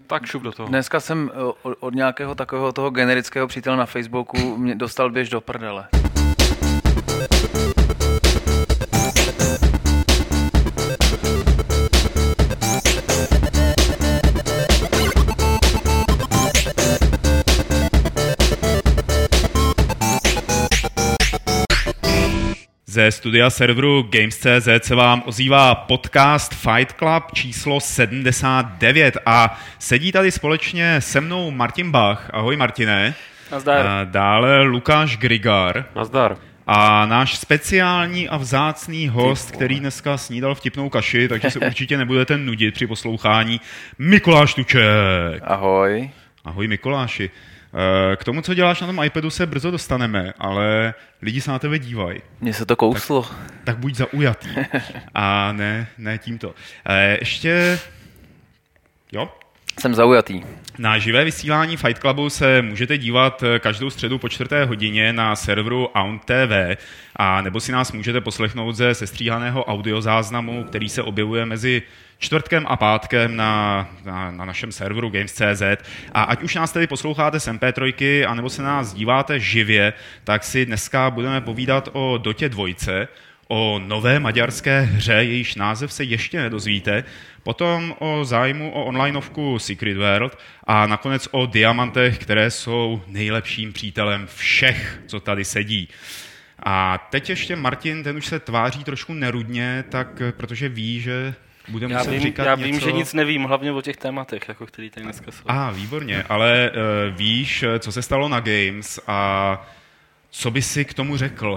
Tak šup do toho. Dneska jsem od nějakého takového toho generického přítele na Facebooku mě dostal běž do prdele. Ze studia serveru Games.cz se vám ozývá podcast Fight Club číslo 79 a sedí tady společně se mnou Martin Bach. Ahoj Martine. Nazdar. Dále Lukáš Grigar. Nazdar. A náš speciální a vzácný host, který dneska snídal vtipnou kaši, takže se určitě nebudete nudit při poslouchání, Mikuláš Tuček. Ahoj. Ahoj Mikuláši. K tomu, co děláš na tom iPadu, se brzo dostaneme, ale lidi se na tebe dívají. Mně se to kouslo. Tak buď zaujatý. A ne tímto. Ještě... Jo? Jsem zaujatý. Na živé vysílání Fight Clubu se můžete dívat každou středu po 4. hodině na serveru Aunt TV, a nebo si nás můžete poslechnout ze sestříhaného audiozáznamu, který se objevuje mezi čtvrtkem a pátkem na našem serveru Games.cz. A ať už nás tedy posloucháte z MP3, anebo se nás díváte živě, tak si dneska budeme povídat o Dotě 2, o nové maďarské hře, jejíž název se ještě nedozvíte, potom o zájmu o onlineovku Secret World a nakonec o diamantech, které jsou nejlepším přítelem všech, co tady sedí. A teď ještě Martin, ten už se tváří trošku nerudně, tak protože ví, že bude muset říkat já něco... vím, že nic nevím, hlavně o těch tématech, jako který tady dneska jsou. Výborně, ale víš, co se stalo na Games a co by si k tomu řekl?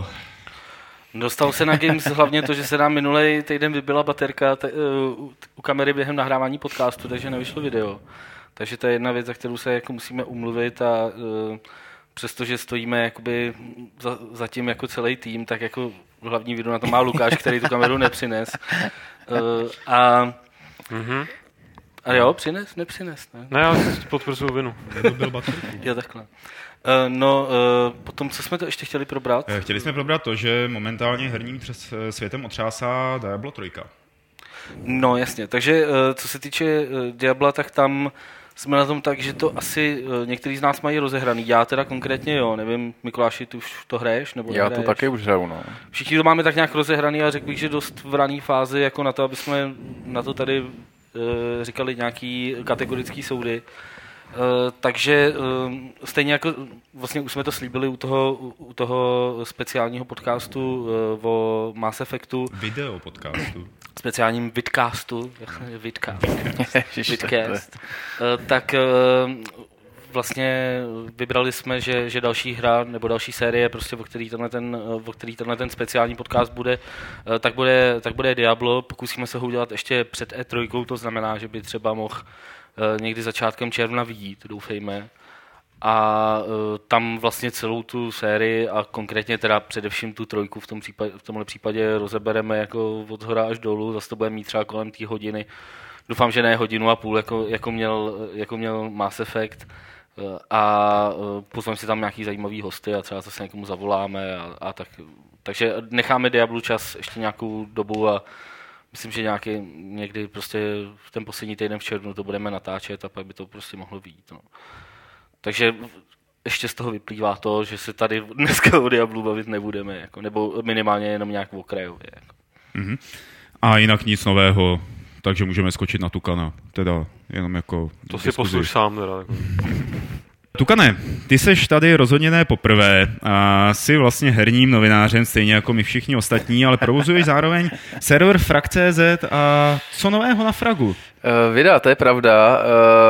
Dostal se na Games hlavně to, že se nám minulý týden vybila baterka u kamery během nahrávání podcastu, takže nevyšlo video. Takže to je jedna věc, za kterou se jako musíme umluvit a přestože stojíme jakoby za tím jako celý tým, tak jako hlavní video na to má Lukáš, který tu kameru nepřines. A jo, nepřines, ne? Ne, já si potvrzuju vinu. Nedobil baterku. Jo, takhle. Potom, co jsme to ještě chtěli probrat? Chtěli jsme probrat to, že momentálně herním světem otřásá Diablo 3. No jasně, takže co se týče Diabla, tak tam jsme na tom tak, že to asi některý z nás mají rozehraný. Já teda konkrétně jo, nevím, Mikuláši, ty už to hraješ? Nebo Já to taky už hraju, no. Všichni to máme tak nějak rozehraný a řekl bych, že dost v rané fázi, jako na to, aby jsme na to tady říkali nějaký kategorický soudy. Takže stejně jako vlastně už jsme to slíbili u toho speciálního podcastu o Mass Effectu. Video podcastu. Speciálním vidcastu. Vidcast. Tak vlastně vybrali jsme, že další hra nebo další série, prostě, o který tenhle speciální podcast bude, tak bude Diablo. Pokusíme se ho udělat ještě před E3, to znamená, že by třeba mohl někdy začátkem června vyjít, doufejme. A tam vlastně celou tu sérii a konkrétně teda především tu 3 v tomhle případě rozebereme jako od hora až dolů, zase to bude mít třeba kolem té hodiny. Doufám, že ne hodinu a půl, jako měl Mass Effect. A pozveme si tam nějaký zajímavý hosty a třeba se někomu zavoláme a tak. Takže necháme Diablu čas ještě nějakou dobu a myslím, že někdy prostě v ten poslední týden v červnu to budeme natáčet a pak by to prostě mohlo vyjít. No. Takže ještě z toho vyplývá to, že se tady dneska o Diablu bavit nebudeme, jako, nebo minimálně jenom nějak okrajově. Jako. Mm-hmm. A jinak nic nového, takže můžeme skočit na Tukana, teda jenom jako... To si posluš sám, teda. Jako. Tukane, ty seš tady rozhodně ne poprvé a jsi vlastně herním novinářem, stejně jako my všichni ostatní, ale provozuješ zároveň server Frag.cz a co nového na Fragu? Vida, to je pravda.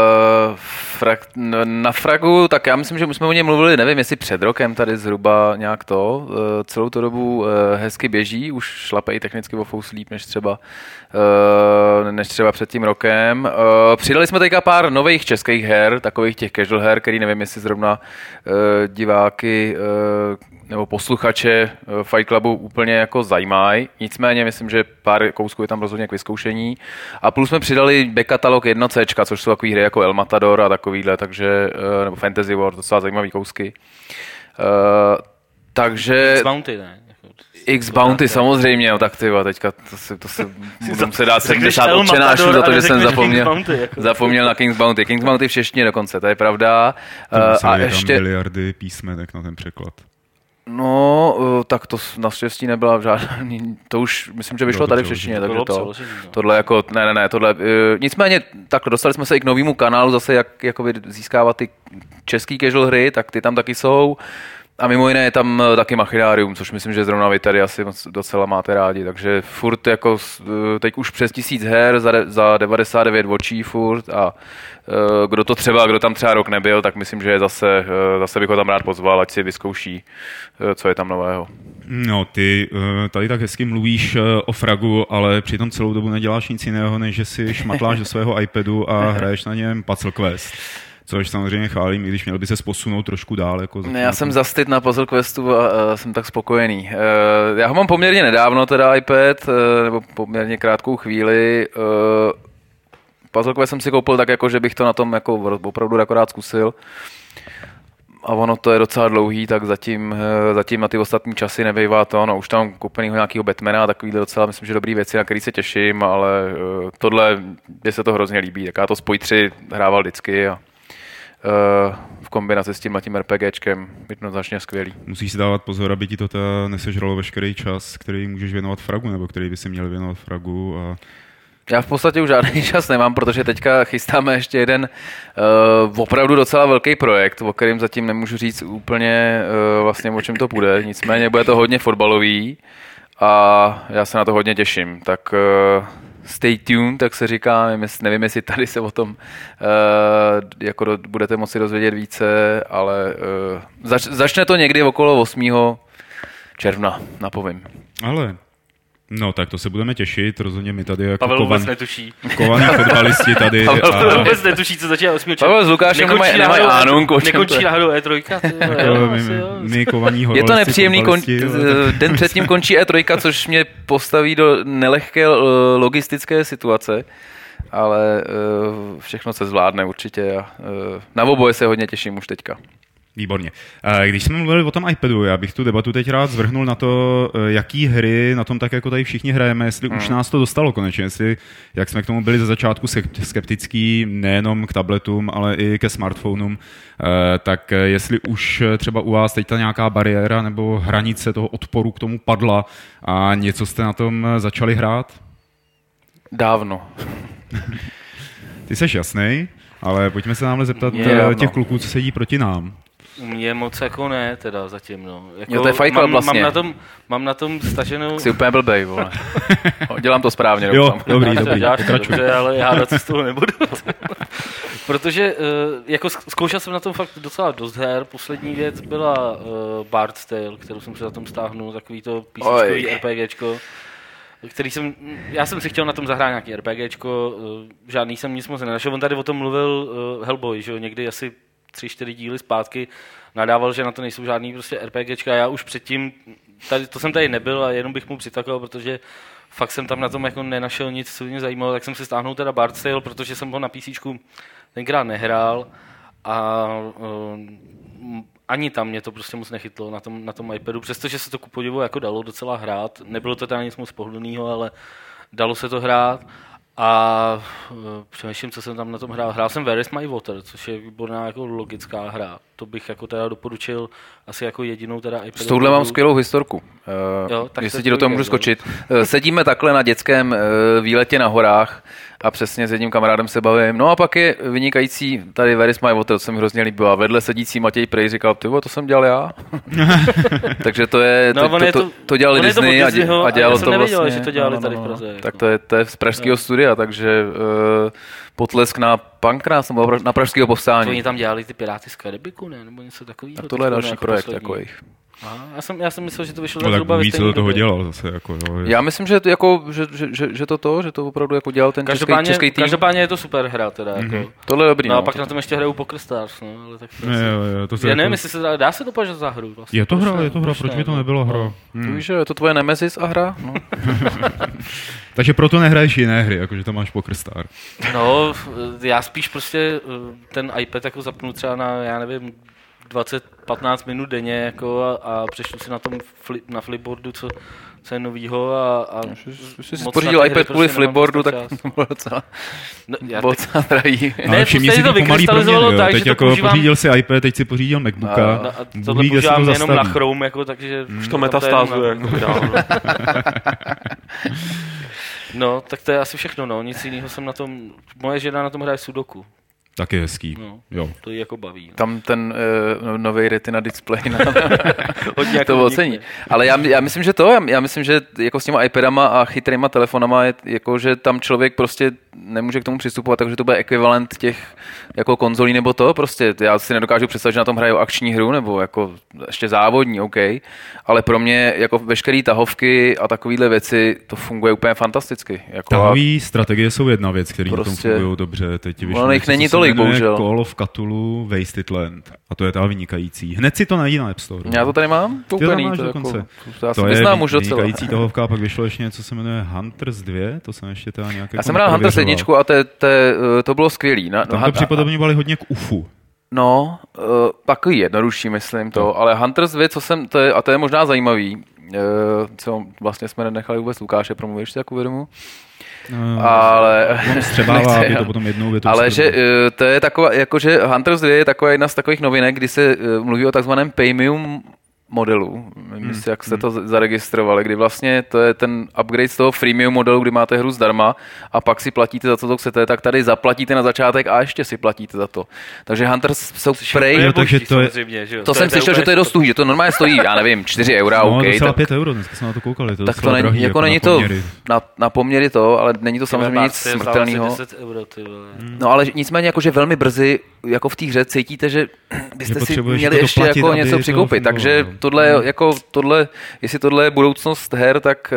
Na Fragu, tak já myslím, že už jsme o něm mluvili, nevím, jestli před rokem tady zhruba nějak to. Celou tu dobu hezky běží, už šlape i technicky o fous líp, než třeba před tím rokem. Přidali jsme teďka pár nových českých her, takových těch casual her, který nevím, jestli zrovna diváky nebo posluchače Fight Clubu úplně jako zajímají. Nicméně myslím, že pár kousků je tam rozhodně k vyzkoušení. A plus jsme přidali backkatalog 1C, což jsou takové hry jako El Matador a takovýhle, takže, nebo Fantasy World, docela zajímavý kousky. Takže... Mounty, ne? X-Bounty samozřejmě, no tak tyva, teďka to se budu se dát 70 odčenášů za to, že jsem zapomněl na King's Bounty. King's Bounty v češtině dokonce, to je pravda. A ještě miliardy písmenek na ten překlad. No, tak to naštěstí nebyla žádný, to už myslím, že vyšlo tady v češtině, takže tohle jako, ne, tohle, nicméně takhle, dostali jsme se i k novému kanálu zase, jak jakoby získávat ty český casual hry, tak ty tam taky jsou. A mimo jiné je tam taky Machinarium, což myslím, že zrovna vy tady asi docela máte rádi, takže furt jako teď už přes 1000 her za 99 očí furt a kdo tam třeba rok nebyl, tak myslím, že zase bych ho tam rád pozval, ať si vyzkouší, co je tam nového. No, ty tady tak hezky mluvíš o Fragu, ale přitom celou dobu neděláš nic jiného, než že si šmatláš do svého iPadu a hraješ na něm Puzzle Quest. Což samozřejmě chválím, i když měl by se posunout trošku dál. Jako ne, já jsem zastyd na Puzzle Questu a jsem tak spokojený. Já ho mám poměrně nedávno, teda iPad, nebo poměrně krátkou chvíli. Puzzle Quest jsem si koupil tak, jako, že bych to na tom jako opravdu akorát zkusil. A ono to je docela dlouhý, tak zatím na ty ostatní časy nebejvá to. No, už tam koupenýho nějakého Batmana a takovýhle docela, myslím, že dobrý věci, na který se těším, ale tohle, mně se to hrozně líbí. Tak já to Spoj 3 hrával vždycky a v kombinaci s tím RPGčkem jednoznačně skvělý. Musíš si dávat pozor, aby ti to nesežralo veškerý čas, který můžeš věnovat Fragu, nebo který by si měl věnovat Fragu. Já v podstatě už žádný čas nemám, protože teďka chystáme ještě jeden opravdu docela velký projekt, o kterém zatím nemůžu říct úplně vlastně o čem to půjde. Nicméně bude to hodně fotbalový a já se na to hodně těším. Tak stay tuned, tak se říká, nevím, jestli tady se o tom jako budete moci dozvědět více, ale začne to někdy okolo 8. června, napovím. Ale no, tak to se budeme těšit, rozhodně my tady jako Pavel vůbec netuší. Kovaní fotbalisti tady. Pavel vůbec netuší, co začíná 8. Pavel s Lukášem nemají ánunku. Nekončí náhodou E3. My kovaní je to nepříjemný, den předtím končí E3, což mě postaví do nelehké logistické situace, ale všechno se zvládne určitě a na oboje se hodně těším už teďka. Výborně. Když jsme mluvili o tom iPadu, já bych tu debatu teď rád zvrhnul na to, jaký hry na tom tak jako tady všichni hrajeme, jestli už nás to dostalo konečně, jestli, jak jsme k tomu byli ze začátku skeptický, nejenom k tabletům, ale i ke smartphonům, tak jestli už třeba u vás teď ta nějaká bariéra nebo hranice toho odporu k tomu padla a něco jste na tom začali hrát? Dávno. Ty seš jasnej, ale pojďme se námhle zeptat těch kluků, co sedí proti nám. Mě moc jako ne, teda zatím, no. Jako jo, to je Fight Club vlastně. Mám na tom staženou... Jsi úplně blbej, vole. Dělám to správně. Jo, dobrý. Dobře, ale já na z toho nebudu. Protože jako zkoušel jsem na tom fakt docela dost her. Poslední věc byla Bard's Tale, kterou jsem si na tom stáhnul, takový to písničkový RPGčko. Já jsem si chtěl na tom zahrát nějaký RPGčko, žádný jsem nic moc nenašel. On tady o tom mluvil Hellboy, že jo, někdy asi 3-4 díly zpátky nadával, že na to nejsou žádný prostě RPGčka. Já už předtím, to jsem tady nebyl a jenom bych mu přitakal, protože fakt jsem tam na tom jako nenašel nic, co mě zajímalo, tak jsem si stáhnul teda Bard's Tale, protože jsem ho na PCčku tenkrát nehrál a ani tam mě to prostě moc nechytlo na tom iPadu, přestože se to ku podivu jako dalo docela hrát. Nebylo to teda nic moc pohodlného, ale dalo se to hrát. A přemýšlím, co jsem tam na tom hrál. Hrál jsem Where is my water, což je výborná jako logická hra. To bych jako teda doporučil asi jako jedinou teda iPadu. S touhle mám skvělou historku. Jestli ti do toho můžu skočit. Sedíme takhle na dětském výletě na horách a přesně s jedním kamarádem se bavím. No a pak je vynikající tady Where is my water, to se mi hrozně líbilo. A vedle sedící Matěj Prej říkal, tyvo, to jsem dělal já. Takže to je, to dělal Disney a dělalo to vlastně. Nevěděl, že to dělali tady v Praze. Tak to je z pražského studia, takže potlesk na Pankráz, nebo na pražského povstání. Oni tam dělali ty Piráty z Karibiku, ne? Nebo něco takového. A tohle je další projekt takových. Aha, já jsem myslel, že to vyšlo za zhruba ve stejné době. Co do toho dělal zase. Jako, jo, já myslím, že to opravdu jako dělal ten český tým. Každopádně je to super hra teda. Jako. Tohle je dobrý. No a pak na tom ještě hrajou Poker Stars. No, ale tak já nevím, jestli se dá se to považovat za hru. Vlastně. Je to hra, proč by to nebylo hra? Víš, že je to tvoje Nemesis a hra? No. Takže proto nehraješ jiné hry, jakože tam máš Poker Star. No, já spíš prostě ten iPad jako zapnu třeba na, já nevím, 20-15 minut denně jako a přečtu si na tom na Flipboardu, co je novýho a Když jsi pořídil iPad kvůli Flipboardu, tak to bylo docela drahý. Ale všimni si to pomalý proměny, teď jako pořídil si iPad, teď si pořídil MacBooka. A tohle používám jenom na Chrome, jako, takže... Už to metastázuje. No, tak to je asi všechno, no. Nic jiného jsem na tom... Moje žena na tom hraje Sudoku. Tak je hezký. No, jo. To ji jako baví. No. Tam ten nový Retina display to ocení. Ale já myslím, že já myslím, že jako s těma iPadama a chytrýma telefonama je jako, že tam člověk prostě nemůže k tomu přistupovat, takže to bude ekvivalent těch jako konzolí nebo to. Prostě já si nedokážu představit, že na tom hrajou akční hru nebo jako ještě závodní, OK. Ale pro mě jako veškeré tahovky a takovéhle věci to funguje úplně fantasticky. Jako tahové strategie jsou jedna věc, které prostě, na tom fungují dobře. Teď není tolik, bohužel. Call of Cthulhu Wasted Land. A to je ta vynikající. Hned si to najdi na App Store. Já to tady mám koupený. To je vynikající tahovka, a pak vyšlo ještě něco, co se jmenuje Hunters 2. To jsem ještě teda nějak... Já jsem hrál Hunters 1 a to bylo skvělý. Tam to připodobňovali hodně k UFU. No, takový jednodušší, myslím to. Ale Hunters 2, to je možná zajímavý. Co vlastně jsme nenechali vůbec Lukáše promluvíš si jako vědomu. Ale střebává, aby to potom jednou větou. Ale že to je taková, jakože Hunters 2 je taková jedna z takových novinek, kdy se mluví o takzvaném premium modelu. Myslím, jak jste to zaregistrovali, kdy vlastně to je ten upgrade z toho freemium modelu, kdy máte hru zdarma a pak si platíte za to, co chcete, tak tady zaplatíte na začátek a ještě si platíte za to. Takže Hunters jsou prej... takže to jsem slyšel, že to je dost tuhý, že to normálně stojí, já nevím, 4 eura, no, OK. Docela 5 euro, dneska jsme na to koukali. Tak to není, jako není to na poměry to, ale není to samozřejmě nic smrtelného. No ale nicméně jakože velmi brzy jako v té hře cítíte, že byste si měli ještě jako něco přikoupit, takže tohle, jestli tohle je budoucnost her, tak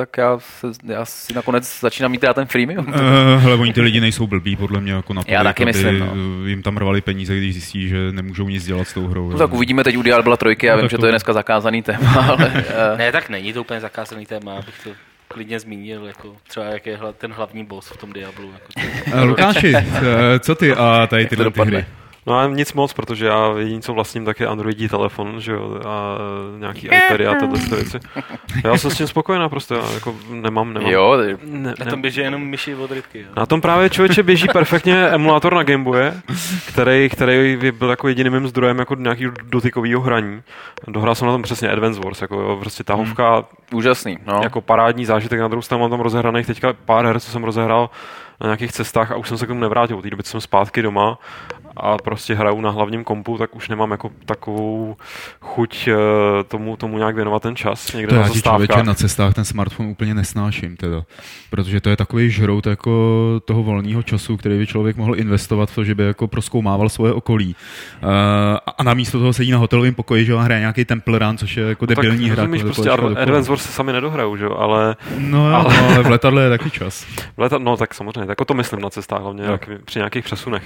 já si nakonec začínám mít teda ten freemium. Hele, oni ty lidi nejsou blbí, podle mě, jako na to, já taky myslím, no. Jim tam rvali peníze, když zjistí, že nemůžou nic dělat s tou hrou. No, tak uvidíme teď u Diabla 3, já vím, že to je dneska zakázaný téma, ale... Ne, tak není to úplně zakázaný téma, abych to klidně zmínil, jako třeba jak je ten hlavní boss v tom Diablu. Jako Lukáši, co ty a tady tyhle ty hry? No a nic moc, protože já jediný, co vlastním, tak je Androidí telefon, že jo, a nějaký iPady a tyhle věci. Já jsem s tím spokojená prostě, jako nemám. Jo, na tom běží jenom myši od rybky. Jo. Na tom právě člověče běží perfektně emulátor na Gameboye, který byl jako jediným mým zdrojem jako nějakého dotykového hraní. Dohrál jsem na tom přesně Advance Wars, jako jo, prostě tahovka. Úžasný, no. Jako parádní zážitek, na druhou stranu mám tam rozehraných teďka pár her, co jsem rozehrál na nějakých cestách a už jsem se k tomu nevrátil. Od té doby jsem zpátky doma a prostě hraju na hlavním kompu, tak už nemám jako takovou chuť tomu nějak věnovat ten čas někde to na zastávkách. Na cestách ten smartphone úplně nesnáším teda, protože to je takový žrout jako toho volného času, který by člověk mohl investovat v to, že by jako prozkoumával svoje okolí. A namísto toho sedí na hotelovém pokoji, že hraje nějaký Temple Run, což je jako debilní hra. Prostě Advance Wars se sami nedohrajou, že jo, ale... ale v letadle je taky čas. No tak samozřejmě, tak o to myslím na cestách, hlavně při nějakých přesunech,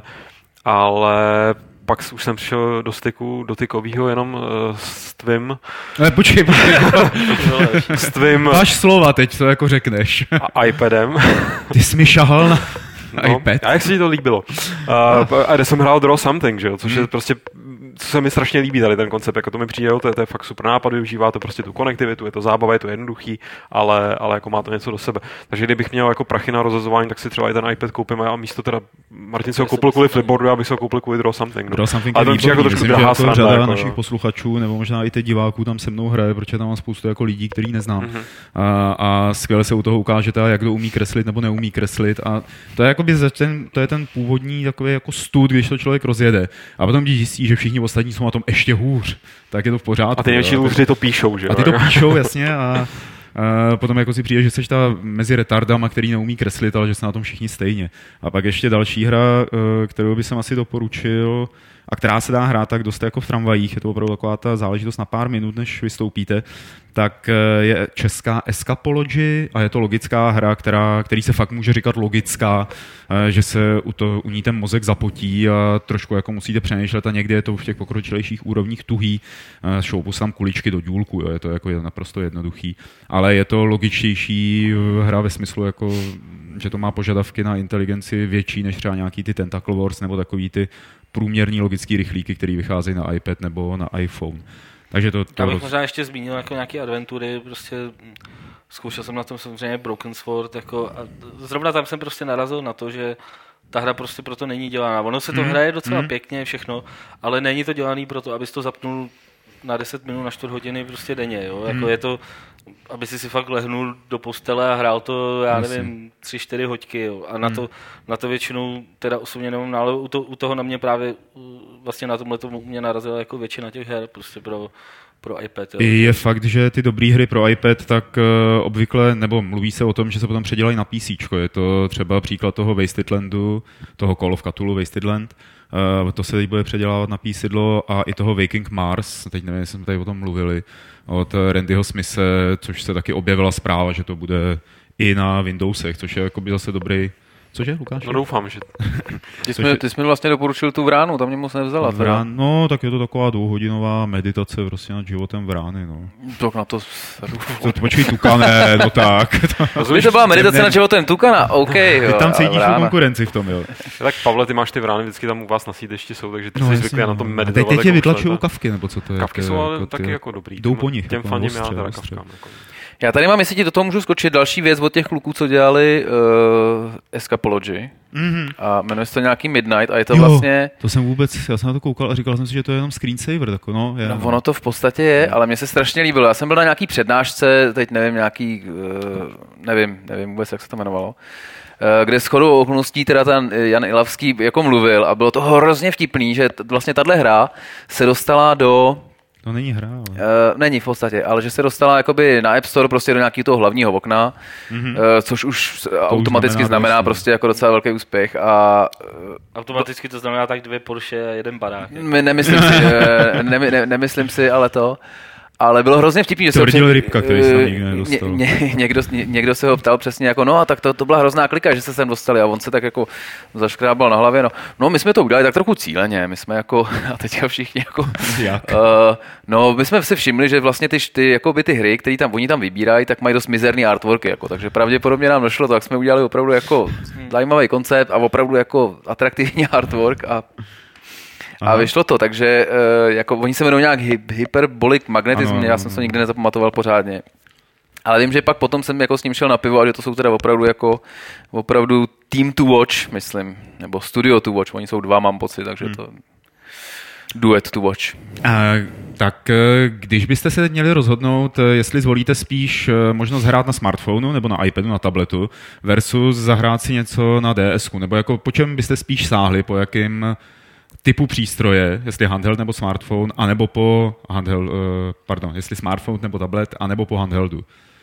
ale pak už jsem přišel do styku dotykovýho jenom s tvým... Počkej. S tvým... Máš slova teď, to jako řekneš. iPadem. Ty jsi mi šahal na iPad. A jak se ti to líbilo? A kde jsem hrál Draw Something, že jo, což je prostě... Co se mi strašně líbí tady ten koncept, jako to mi přijde, to je fakt super nápad, využívá to prostě tu konektivitu, je to zábava, je to jednoduchý, ale jako má to něco do sebe. Takže kdybych měl jako prachy na rozhazování, tak si třeba i ten iPad koupím a místo teda Martin se ho koupil kvůli Flipboardu, abych se ho koupil kvůli Draw Something. Draw Something je výborný, jako myslím, že jako řada našich posluchačů, nebo možná i teď diváků tam se mnou hraje, protože tam mám spoustu jako lidí, který neznám. A skvěle se u toho ukážete, jak to umí kreslit nebo neumí kreslit. A to je jakoby to je ten původní takový jako stud, když to člověk rozjede. A potom když zjistí, že všichni ostatní jsou na tom ještě hůř, tak je to v pořádku. A ty největší lůzři to píšou, že? A ty to píšou, jasně, a potom jako si přijde, že seš ta mezi retardama, který neumí kreslit, ale že se na tom všichni stejně. A pak ještě další hra, kterou bych jsem asi doporučil, a která se dá hrát tak dost jako v tramvajích, je to opravdu taková ta záležitost na pár minut, než vystoupíte, tak je česká Escapology a je to logická hra, který se fakt může říkat logická, že se u ní ten mozek zapotí a trošku jako musíte přemýšlet a někdy je to v těch pokročilejších úrovních tuhý, šoupu se tam kuličky do důlku, jo, je to jako naprosto jednoduchý, ale je to logičtější hra ve smyslu jako, že to má požadavky na inteligenci větší než třeba nějaký ty Tentacle Wars nebo takový ty průměrný logický rychlíky, který vycházejí na iPad nebo na iPhone. Takže to Já bych možná ještě zmínil jako nějaké adventury, prostě zkoušel jsem na tom samozřejmě Broken Sword, jako, a zrovna tam jsem prostě narazil na to, že ta hra prostě proto není dělaná. Ono se to hraje docela pěkně všechno, ale není to dělaný proto, abys to zapnul na 10 minut, na 4 hodiny prostě denně, jo? Jako je to, aby si fakt lehnul do postele a hrál to, já nevím, 3-4 hoďky, jo? A na to většinou teda osobně nemám náladu, u toho na mě právě vlastně na tomhle to mě narazila jako většina těch her prostě pro iPad. Jo. Je fakt, že ty dobré hry pro iPad tak obvykle, nebo mluví se o tom, že se potom předělají na PC. Je to třeba příklad toho Wasted Landu, toho Call of Cthulhu Wasted Land. To se teď bude předělávat na PC a i toho Waking Mars, teď nevím, jestli jsme tady o tom mluvili, od Randyho Smithe, což se taky objevila zpráva, že to bude i na Windowsech, což je jakoby zase dobrý. Cože, Lukáš? No doufám, že... Ty jsi mi vlastně doporučil tu Vránu, tam mě moc nevzala. No, tak je to taková 2hodinová meditace prostě nad životem Vrány, no. Tak na to... Počkej, Tukane, no tak. By to byla meditace nad životem Tukana, OK, jo. Ty tam cítíš konkurenci v tom, jo. Tak Pavle, ty máš ty Vrány, vždycky tam u vás na sídlišti jsou, takže ty jsi zvyklý na tom meditovat. Teď je vytlačují kavky, nebo co to je? Kavky jsou ale taky jako dobrý. Jdou po nich. Těm faním já teda kavkám. Já tady mám, jestli ti do toho můžu skočit, další věc od těch kluků, co dělali Escapology. A jmenuje se to nějaký Midnight a je to vlastně... To jsem vůbec, já jsem na to koukal a říkal jsem si, že to je jenom screensaver. Tak ono to v podstatě je, ale mně se strašně líbilo. Já jsem byl na nějaký přednášce, teď nevím, nevím vůbec, jak se to jmenovalo, kde shodou okolností teda ten Jan Ilavský jako mluvil a bylo to hrozně vtipný, že vlastně tahle hra se dostala do... To není hra, ale... Není v podstatě, ale že se dostala jakoby na App Store prostě do nějakého toho hlavního okna, což už automaticky znamená prostě jako docela velký úspěch a... Automaticky to znamená tak 2 Porsche a 1 barák. Nemyslím si, ale to... Ale bylo hrozně vtipný, že se Rybka, který se nikdy nedostal. Někdo se ho ptal přesně jako, no a tak to byla hrozná klika, že se sem dostali a on se tak jako zaškrábal na hlavě, no my jsme to udělali tak trochu cíleně, my jsme jako, a teďka všichni jako, no my jsme si všimli, že vlastně ty hry, které tam oni tam vybírají, tak mají dost mizerný artworky, jako, takže pravděpodobně nám došlo to, tak jsme udělali opravdu jako zajímavý koncept a opravdu jako atraktivní artwork a vyšlo to, takže jako oni se jmenují nějak Hyperbolic Magnetism, já jsem to nikdy nezapamatoval pořádně. Ale vím, že pak potom jsem jako s ním šel na pivo a že to jsou teda opravdu Team to Watch, myslím, nebo Studio to Watch, oni jsou 2, mám pocit, takže to Duet to Watch. Tak když byste se měli rozhodnout, jestli zvolíte spíš možnost hrát na smartphonu nebo na iPadu, na tabletu versus zahrát si něco na DSku, nebo jako po čem byste spíš sáhli, po jakým typu přístroje, jestli handheld nebo smartphone, anebo po handheld, jestli smartphone nebo tablet, anebo po handheldu?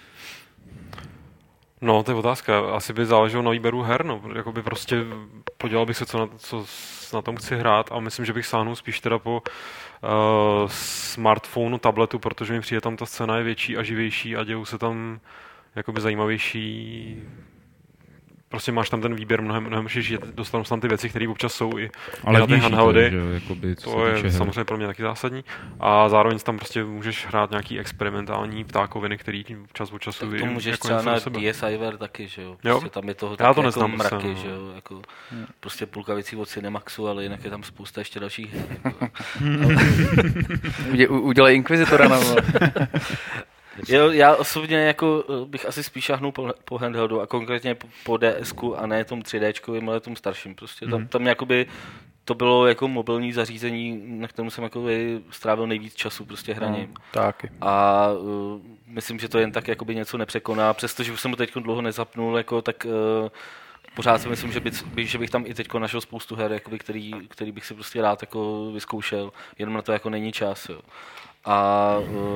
No, to je otázka. Asi by záleželo na výběru her, no. Jakoby prostě podělal bych se, co na tom chci hrát a myslím, že bych sáhnul spíš teda po smartphonu, tabletu, protože mi přijde tam ta scéna je větší a živější a dějou se tam jakoby zajímavější. Prostě máš tam ten výběr mnohem širší, dostanou se tam ty věci, které občas jsou i na ty handheldy. To je samozřejmě pro mě taky zásadní. A zároveň tam prostě můžeš hrát nějaký experimentální ptákoviny, který čas od času to můžeš jako třeba na DSiWare taky, že jo? Prostě tam je toho taky jako mraky, že jo? Jako prostě půlka věcí od Cinemaxu, ale jinak je tam spousta ještě dalších. Udělej Inquisitora na Já osobně jako bych asi spíš šáhnul po handheldu a konkrétně po DSku a ne tom 3Dčkovým, ale tom starším. Prostě tam jakoby to bylo jako mobilní zařízení, na kterém jsem jakoby strávil nejvíc času prostě hraním. Taky. A myslím, že to jen tak jakoby něco nepřekoná, přestože už jsem ho teď dlouho nezapnul, jako, tak pořád si myslím, že bych tam i teď našel spoustu her, jakoby, který bych si prostě rád jako vyzkoušel, jenom na to jako není čas. Jo. A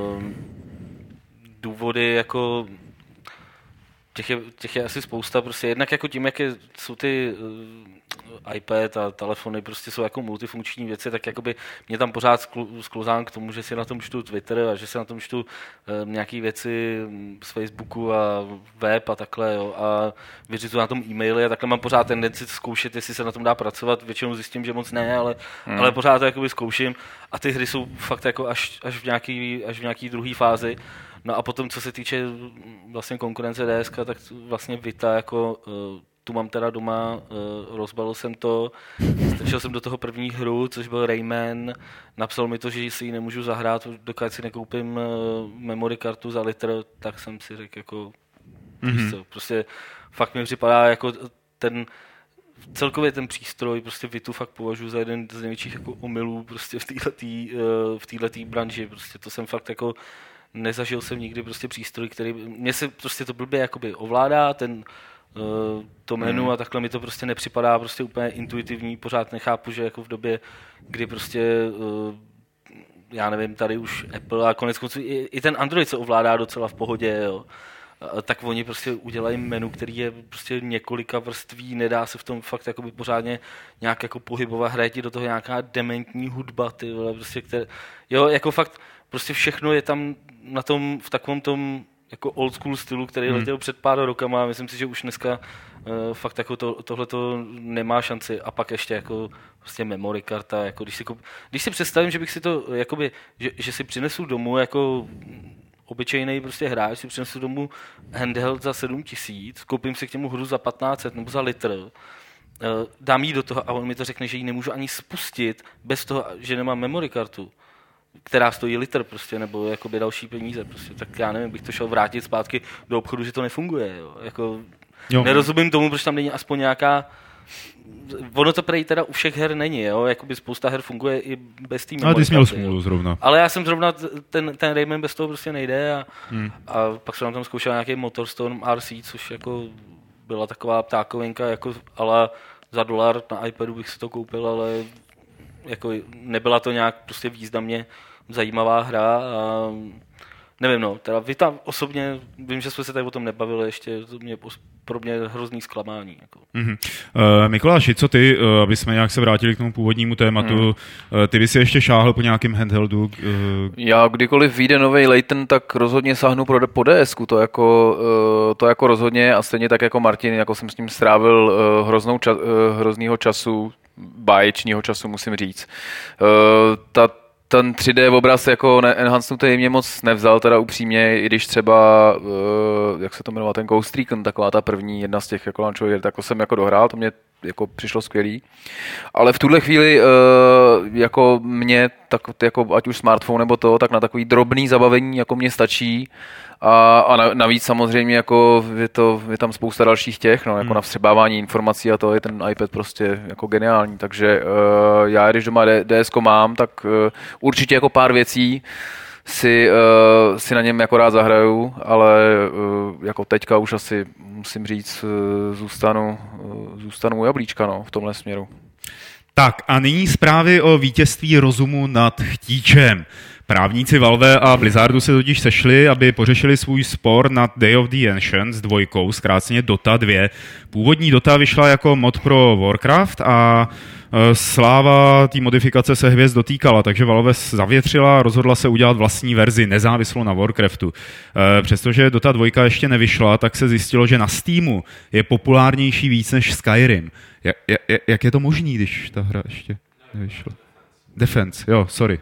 důvody jako těch je asi spousta, prostě jednak jako tím, jak jsou ty iPad a telefony prostě jsou jako multifunkční věci, tak jakoby mě tam pořád sklouzám k tomu, že si na tom čtu Twitter a že si na tom čtu nějaký věci z Facebooku a web a takhle, jo, a vyřizuji na tom e-maily a takhle mám pořád tendenci zkoušet, jestli se na tom dá pracovat, většinou zjistím, že moc ne, ale pořád to jakoby zkouším a ty hry jsou fakt jako až v nějaký druhý fázi. No a potom, co se týče vlastně konkurence DSK, tak vlastně Vita jako tu mám teda doma, rozbalil jsem to, strčil jsem do toho první hru, což byl Rayman, napsal mi to, že si ji nemůžu zahrát, dokud si nekoupím memory kartu za litr, tak jsem si řekl jako, co, prostě fakt mi připadá jako celkově ten přístroj, prostě Vitu fakt považuji za jeden z největších jako omylů prostě v této branži, prostě to jsem fakt jako nezažil jsem nikdy prostě přístroj, který, mně se prostě to blbě jakoby ovládá, to menu a takhle mi to prostě nepřipadá prostě úplně intuitivní, pořád nechápu, že jako v době, kdy prostě já nevím, tady už Apple a konec konců i ten Android se ovládá docela v pohodě, jo. Tak oni prostě udělají menu, který je prostě několika vrství, nedá se v tom fakt jakoby pořádně nějak jako pohybovat, hraje ti do toho nějaká dementní hudba, ty vole, prostě jo, jako fakt prostě všechno je tam na tom, v takovém tom jako old school stylu, který letěl před pár rokama, myslím si, že už dneska fakt jako tohleto nemá šanci a pak ještě jako prostě memory karta, jako když si představím, že bych si to jakoby, že si přinesu domů jako obyčejný prostě hráč, si přinesu domů handheld za 7 000, koupím si k němu hru za 1500 nebo za litr, dám jí do toho a on mi to řekne, že ji nemůžu ani spustit bez toho, že nemám memory kartu, která stojí litr prostě, nebo jakoby další peníze prostě, tak já nevím, bych to šel vrátit zpátky do obchodu, že to nefunguje, jo. Jako, nerozumím tomu, proč tam není aspoň nějaká. Ono to prej teda u všech her není, jo? Jakoby spousta her funguje i bez té memory. Ale ty jsi měl smůlu zrovna. Ale já jsem zrovna, ten Rayman bez toho prostě nejde a pak jsem tam zkoušel nějaký Motorstorm RC, což jako byla taková ptákovinka, jako, ale za $1 na iPadu bych si to koupil, ale jako nebyla to nějak prostě významně zajímavá hra a nevím, no, teda vy tam osobně, vím, že jsme se tady o tom nebavili, ještě to pro mě hrozný zklamání. Jako. Mikuláši, co ty, aby jsme nějak se vrátili k tomu původnímu tématu, ty by si ještě šáhl po nějakém handheldu? Já kdykoliv vyjde nový Layton, tak rozhodně sáhnu po DSku, to jako rozhodně a stejně tak jako Martin, jako jsem s ním strávil hroznýho času, báječního času, musím říct. Ten 3D obraz jako enhancnutý mě moc nevzal, teda upřímně, i když třeba, jak se to jmenoval, ten Ghost Recon, taková ta první, jedna z těch jako launchových her, tak jsem jako dohrál, to mě jako přišlo skvělý. Ale v tuhle chvíli jako mě, tak jako ať už smartphone nebo to, tak na takový drobný zabavení jako mě stačí. A navíc samozřejmě jako je tam spousta dalších těch, no, jako na vstřebávání informací a to je ten iPad prostě jako geniální, takže já když doma DSko mám, tak určitě jako pár věcí si na něm jako rád zahraju, ale jako teďka už asi musím říct zůstanu u jablíčka, no, v tomhle směru. Tak a nyní zprávy o vítězství rozumu nad chtíčem. Právníci Valve a Blizzardu se totiž sešli, aby pořešili svůj spor nad Day of the Ancients 2, zkráceně Dota 2. Původní Dota vyšla jako mod pro Warcraft a sláva té modifikace se hvězd dotýkala, takže Valve zavětřila a rozhodla se udělat vlastní verzi nezávislou na Warcraftu. Přestože Dota 2 ještě nevyšla, tak se zjistilo, že na Steamu je populárnější víc než Skyrim. Jak je to možný, když ta hra ještě nevyšla? Defense, jo, sorry.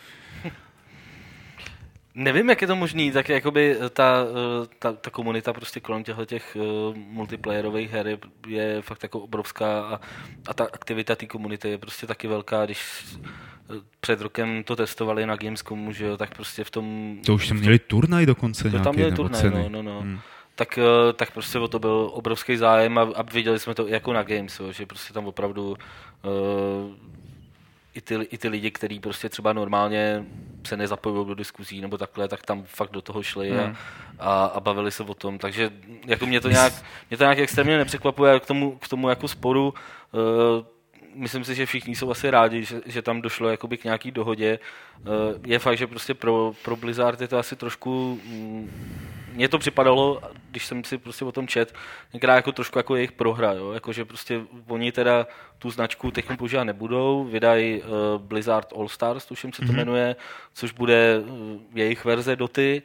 Nevím, jak je to možný, tak jakoby ta komunita prostě kolem těch multiplayerových her je fakt jako obrovská a ta aktivita té komunity je prostě taky velká, když před rokem to testovali na Gamescomu, že jo, tak prostě v tom... To už jsme měli turnaj dokonce nějaký, tam měli nebo turnaj, ceny. No. Tak prostě o to byl obrovský zájem a viděli jsme to jako na Games, jo, že prostě tam opravdu i ty lidi, kteří prostě třeba normálně se nezapojují do diskuzí nebo takhle, tak tam fakt do toho šli a bavili se o tom. Takže jako mě to nějak extrémně nepřekvapuje k tomu jako sporu. Myslím si, že všichni jsou asi rádi, že tam došlo jakoby k nějaký dohodě. Je fakt, že prostě pro Blizzard je to asi trošku... Mně to připadalo, když jsem si prostě o tom čet, některá jako trošku jako jejich prohra, jo? Jako, že prostě oni teda tu značku teď používat nebudou, vydají Blizzard All Stars, tuším se to jmenuje, což bude jejich verze Doty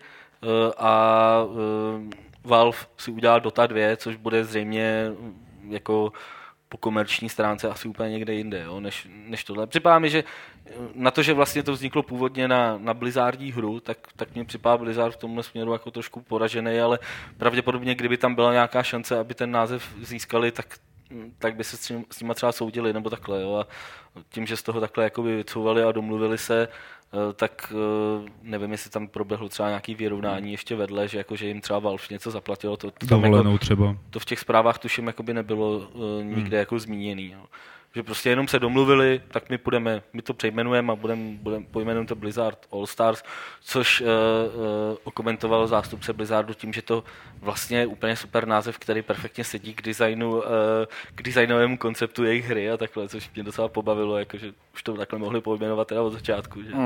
a Valve si udělá Dota 2, což bude zřejmě jako po komerční stránce asi úplně někde jinde, jo, než tohle. Připadá mi, že na to, že vlastně to vzniklo původně na Blizzardí hru, tak mě připadá Blizzard v tomhle směru jako trošku poražený, ale pravděpodobně, kdyby tam byla nějaká šance, aby ten název získali, tak by se s nima třeba soudili, nebo takhle. Jo. A tím, že z toho takhle jakoby vycouvali a domluvili se, tak nevím, jestli tam proběhlo třeba nějaké vyrovnání ještě vedle, že jim třeba Valve něco zaplatilo. Dovolenou třeba. To v těch zprávách tuším jakoby nebylo nikde jako zmíněný. Jo. Že prostě jenom se domluvili, tak my to přejmenujeme a pojmenujeme to Blizzard All Stars, což okomentoval zástupce Blizzardu tím, že to vlastně je úplně super název, který perfektně sedí k designovému konceptu jejich hry a takhle, což mě docela pobavilo, jakože už to takhle mohli pojmenovat teda od začátku. Že?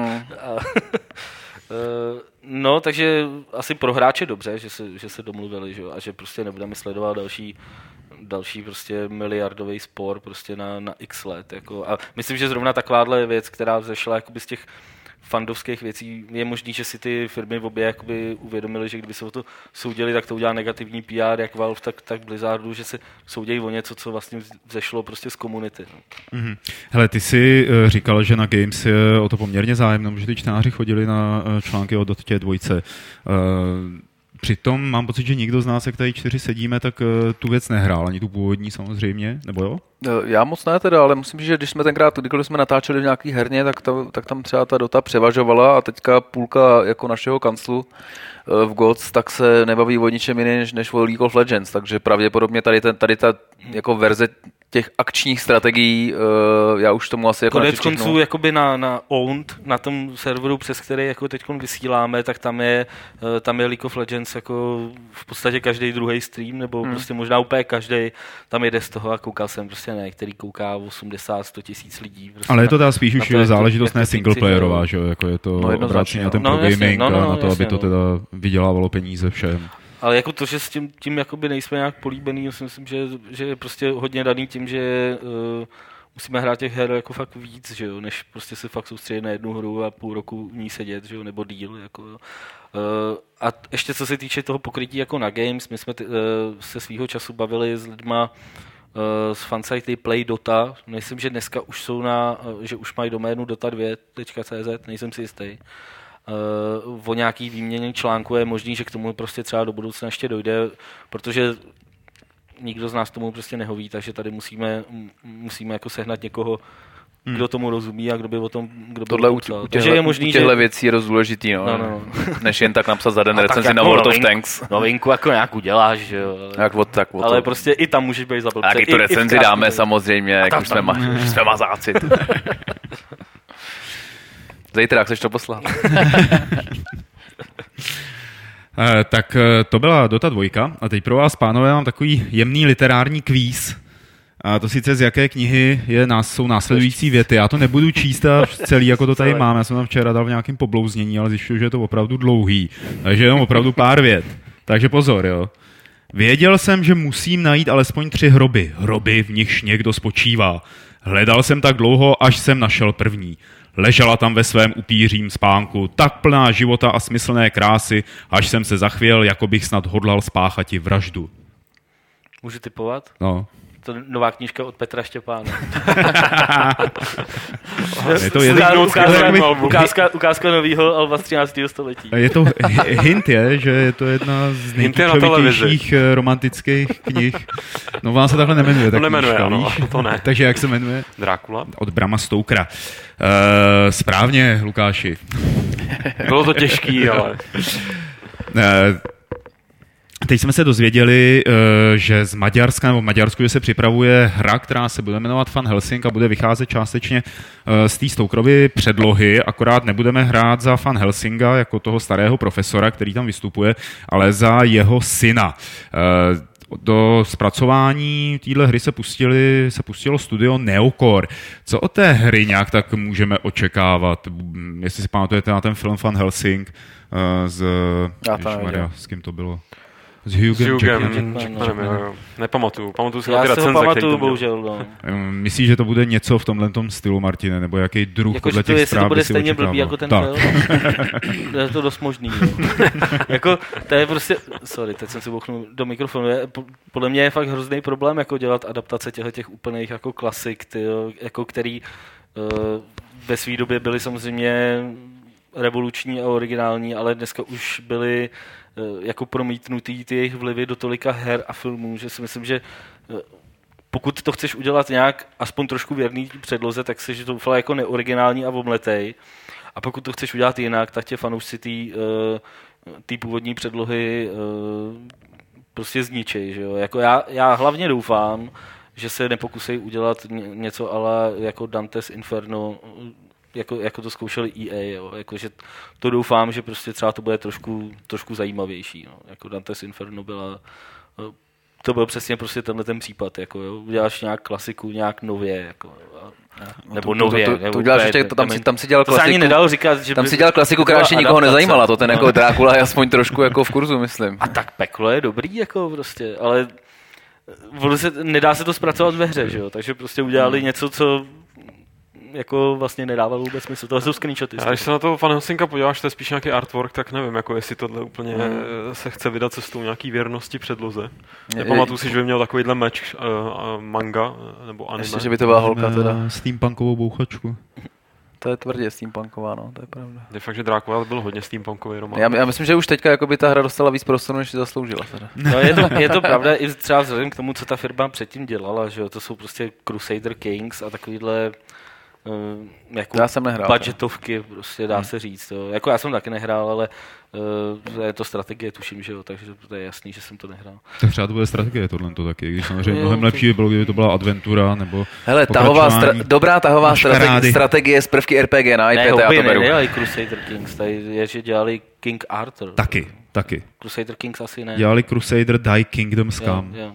No, takže asi pro hráče dobře, že se domluvili, že? A že prostě nebudeme sledovat další prostě miliardový spor prostě na x let. Jako. A myslím, že zrovna takováhle věc, která vzešla jakoby z těch fandovských věcí, je možný, že si ty firmy v obě jakoby uvědomili, že kdyby se o to soudili, tak to udělá negativní PR, jak Valve, tak Blizzardu, že se soudějí o něco, co vlastně vzešlo prostě z komunity. No. Mm-hmm. Hele, ty jsi říkal, že na Games je o to poměrně zájem, že ty čtenáři chodili na články o Dotě 2. Přitom mám pocit, že nikdo z nás, jak tady 4 sedíme, tak tu věc nehrál, ani tu původní samozřejmě, nebo jo? Já moc ne teda, ale musím říct, že když jsme natáčeli v nějaký herně, tak tam třeba ta Dota převažovala a teďka půlka jako našeho kanclu v GOTS, tak se nebaví o ničem jiném než o League of Legends, takže pravděpodobně tady ta jako verze těch akčních strategií, já už tomu asi jako konec konců jakoby na Owned, na tom serveru, přes který jako teď vysíláme, tak tam je League of Legends jako v podstatě každý druhý stream, nebo prostě možná úplně každý tam jede z toho a koukal jsem prostě na který kouká 80-100 tisíc lidí. Prostě ale je to teda spíš už záležitost ne singleplayerová, že jo, jako je to obráceně na ten pro gaming a na to, aby to teda vydělávalo peníze všem. Ale jako to, že s tím jakoby nejsme nějak políbený, já si myslím, že je prostě hodně daný tím, že musíme hrát těch her jako fakt víc, že jo, než prostě se fakt soustředit na jednu hru a půl roku v ní sedět, že jo, nebo díl, jako jo. A ještě co se týče toho pokrytí jako na Games, my jsme se svýho času bavili s lidma z fansitey Play Dota, myslím, že dneska už jsou že už mají doménu dota2.cz, nejsem si jistý. O nějaký výměně článku je možný, že k tomu prostě třeba do budoucna ještě dojde, protože nikdo z nás tomu prostě nehoví, takže tady musíme jako sehnat někoho, kdo tomu rozumí a kdo by o tom tohle u těchto věcí je dost důležitý, no. Než jen tak napsat za den recenzi na World of Tanks. Novinku jako nějak uděláš, že jo. Ale prostě i tam můžeš být za blbce. A i tu recenzi dáme samozřejmě, jak už jsme mazáci. Zítra, jak chceš to poslat? Tak to byla Dota 2 a teď pro vás, pánové, mám takový jemný literární kvíz. A to sice z jaké knihy jsou následující věty. Já to nebudu číst celý, jako to tady mám. Já jsem tam včera dal v nějakém poblouznění, ale zjišťuju, že je to opravdu dlouhý. Takže jenom opravdu pár vět. Takže pozor, jo. Věděl jsem, že musím najít alespoň 3 hroby. Hroby, v nichž někdo spočívá. Hledal jsem tak dlouho, až jsem našel první. Ležela tam ve svém upířím spánku, tak plná života a smyslné krásy, až jsem se zachvěl, jako bych snad hodlal spáchati vraždu. Můžu tipovat? No. To nová knížka od Petra Štěpána. Je to ukázka novýho alba z 13. století. Je to, hint je, že je to jedna z nejklíčovějších romantických knih. No ona se takhle nemenuje. To nemenuje, ano, to ne. Takže jak se jmenuje? Drákula. Od Brama Stokera. Správně, Lukáši. Bylo to těžký, ale... Teď jsme se dozvěděli, že z Maďarska nebo v Maďarsku že se připravuje hra, která se bude jmenovat Van Helsing a bude vycházet částečně z té Stokerovy předlohy, akorát nebudeme hrát za Van Helsinga jako toho starého profesora, který tam vystupuje, ale za jeho syna. Do zpracování téhle hry se pustilo studio Neocore. Co od té hry nějak tak můžeme očekávat? Jestli si pamatujete na ten film Van Helsing s kým to bylo? S Hughem Jackmanem, jo. Nepamatuju. Pamatuju si na ty Já si ho recenze, pamatuju, bohužel. No. Myslíš, že to bude něco v tomhletom stylu, Martine, nebo jaký druh jako, podle to, těch zpráv to bude si stejně očekával? blbý jako ten tak. film. Je to dost možný. Jako, to je prostě, sorry, teď jsem si bouchnul do mikrofonu. Podle mě je fakt hrozný problém jako dělat adaptace těch úplných jako klasik, jako který ve své době byly samozřejmě revoluční a originální, ale dneska už byly jako promítnutý ty jejich vlivy do tolika her a filmů, že si myslím, že pokud to chceš udělat nějak aspoň trošku věrný předloze, tak jsi to jako neoriginální a omletej. A pokud to chceš udělat jinak, tak tě fanoušci té původní předlohy prostě zničej. Že jo? Jako já hlavně doufám, že se nepokusej udělat něco ale jako Dante's Inferno, jako to zkoušeli EA, jo. Jako, že to doufám, že prostě třeba to bude trošku zajímavější. No. Jako Dante's Inferno to byl přesně prostě tenhle ten případ. Jako, jo. Uděláš nějak klasiku, nějak nově. Jako, nebo nově. To uděláš ještě, tam si dělal klasiku. To se ani nedalo říkat, že tam si dělal klasiku, která ještě nikoho nezajímala. To ten jako Drákula je aspoň trošku jako v kurzu, myslím. A tak peklo je dobrý, jako prostě, ale nedá se to zpracovat ve hře, že jo? Takže prostě udělali něco, co jako vlastně nedávalo vůbec smysl. Tohle jsou screenshoty. A když se na to Van Helsinga podíváš, to je spíš nějaký artwork, tak nevím, jako jestli tohle úplně se chce vydat cestou nějaký věrnosti předloze. Nepamatuju si, že by měl takovýhle meč manga nebo anime. Ještě, že by to byla holka teda. Steampunkovou bouchačku. To je tvrdě steampunková, no, to je pravda. Je fakt, že Drákula byl hodně steampunkový román. Já myslím, že už teďka jakoby ta hra dostala víc prostoru, než si zasloužila. Teda. No, je to pravda i třeba vzhledem k tomu, co ta firma předtím dělala, že jo, to jsou prostě Crusader Kings a takovýhle jako já jsem nehrál, budgetovky, prostě dá se říct. Jo. Jako já jsem taky nehrál, ale je to strategie, tuším, že jo, takže to je jasný, že jsem to nehrál. Tak třeba to bude strategie tohle taky, když samozřejmě mnohem lepší by bylo, kdyby to byla adventura nebo hele, dobrá tahová strategie z prvky RPG na iPad, já to beru. Ne, Crusader Kings, tady je, že dělali King Arthur. Taky. Crusader Kings asi ne. Dělali Crusader Die Kingdom Scum. Jo.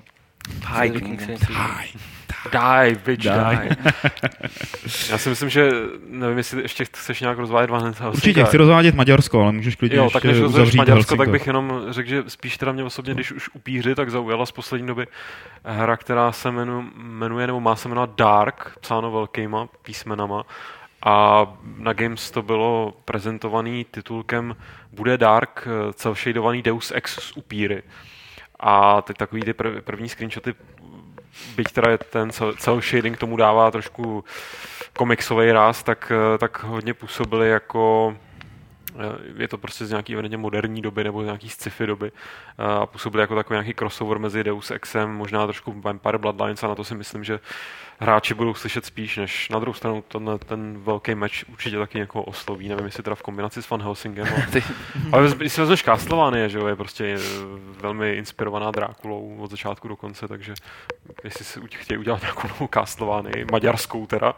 Die, bitch, die. Já si myslím, že nevím, jestli ještě chceš nějak rozvádět Van Helsinga. Určitě, chci rozvádět Maďarsko, ale můžeš klidně jo, tak než uzavřít Maďarsko, Helsinko. Tak bych jenom řekl, že spíš teda mě osobně, když už upíři, tak zaujala z poslední doby hra, která se jmenuje, nebo má se jmenovat Dark, psáno velkýma písmenama. A na Games to bylo prezentovaný titulkem Bude Dark, cel-shadovaný Deus Ex s upíry. A teď takový ty první screenshoty, byť teda ten cel shading tomu dává trošku komiksový ráz, tak hodně působily jako, je to prostě z nějaký evidentně moderní doby nebo z nějaký sci-fi doby, a působily jako takový nějaký crossover mezi Deus Exem, možná trošku Vampire Bloodlines, a na to si myslím, že hráči budou slyšet spíš, než na druhou stranu ten velký meč určitě taky někoho osloví, nevím, jestli teda v kombinaci s Van Helsingem, ale když si vezmeš Castlevania, že jo, je prostě velmi inspirovaná Drákulou od začátku do konce, takže jestli si chtějí udělat nějakou novou Castlevanii, maďarskou teda.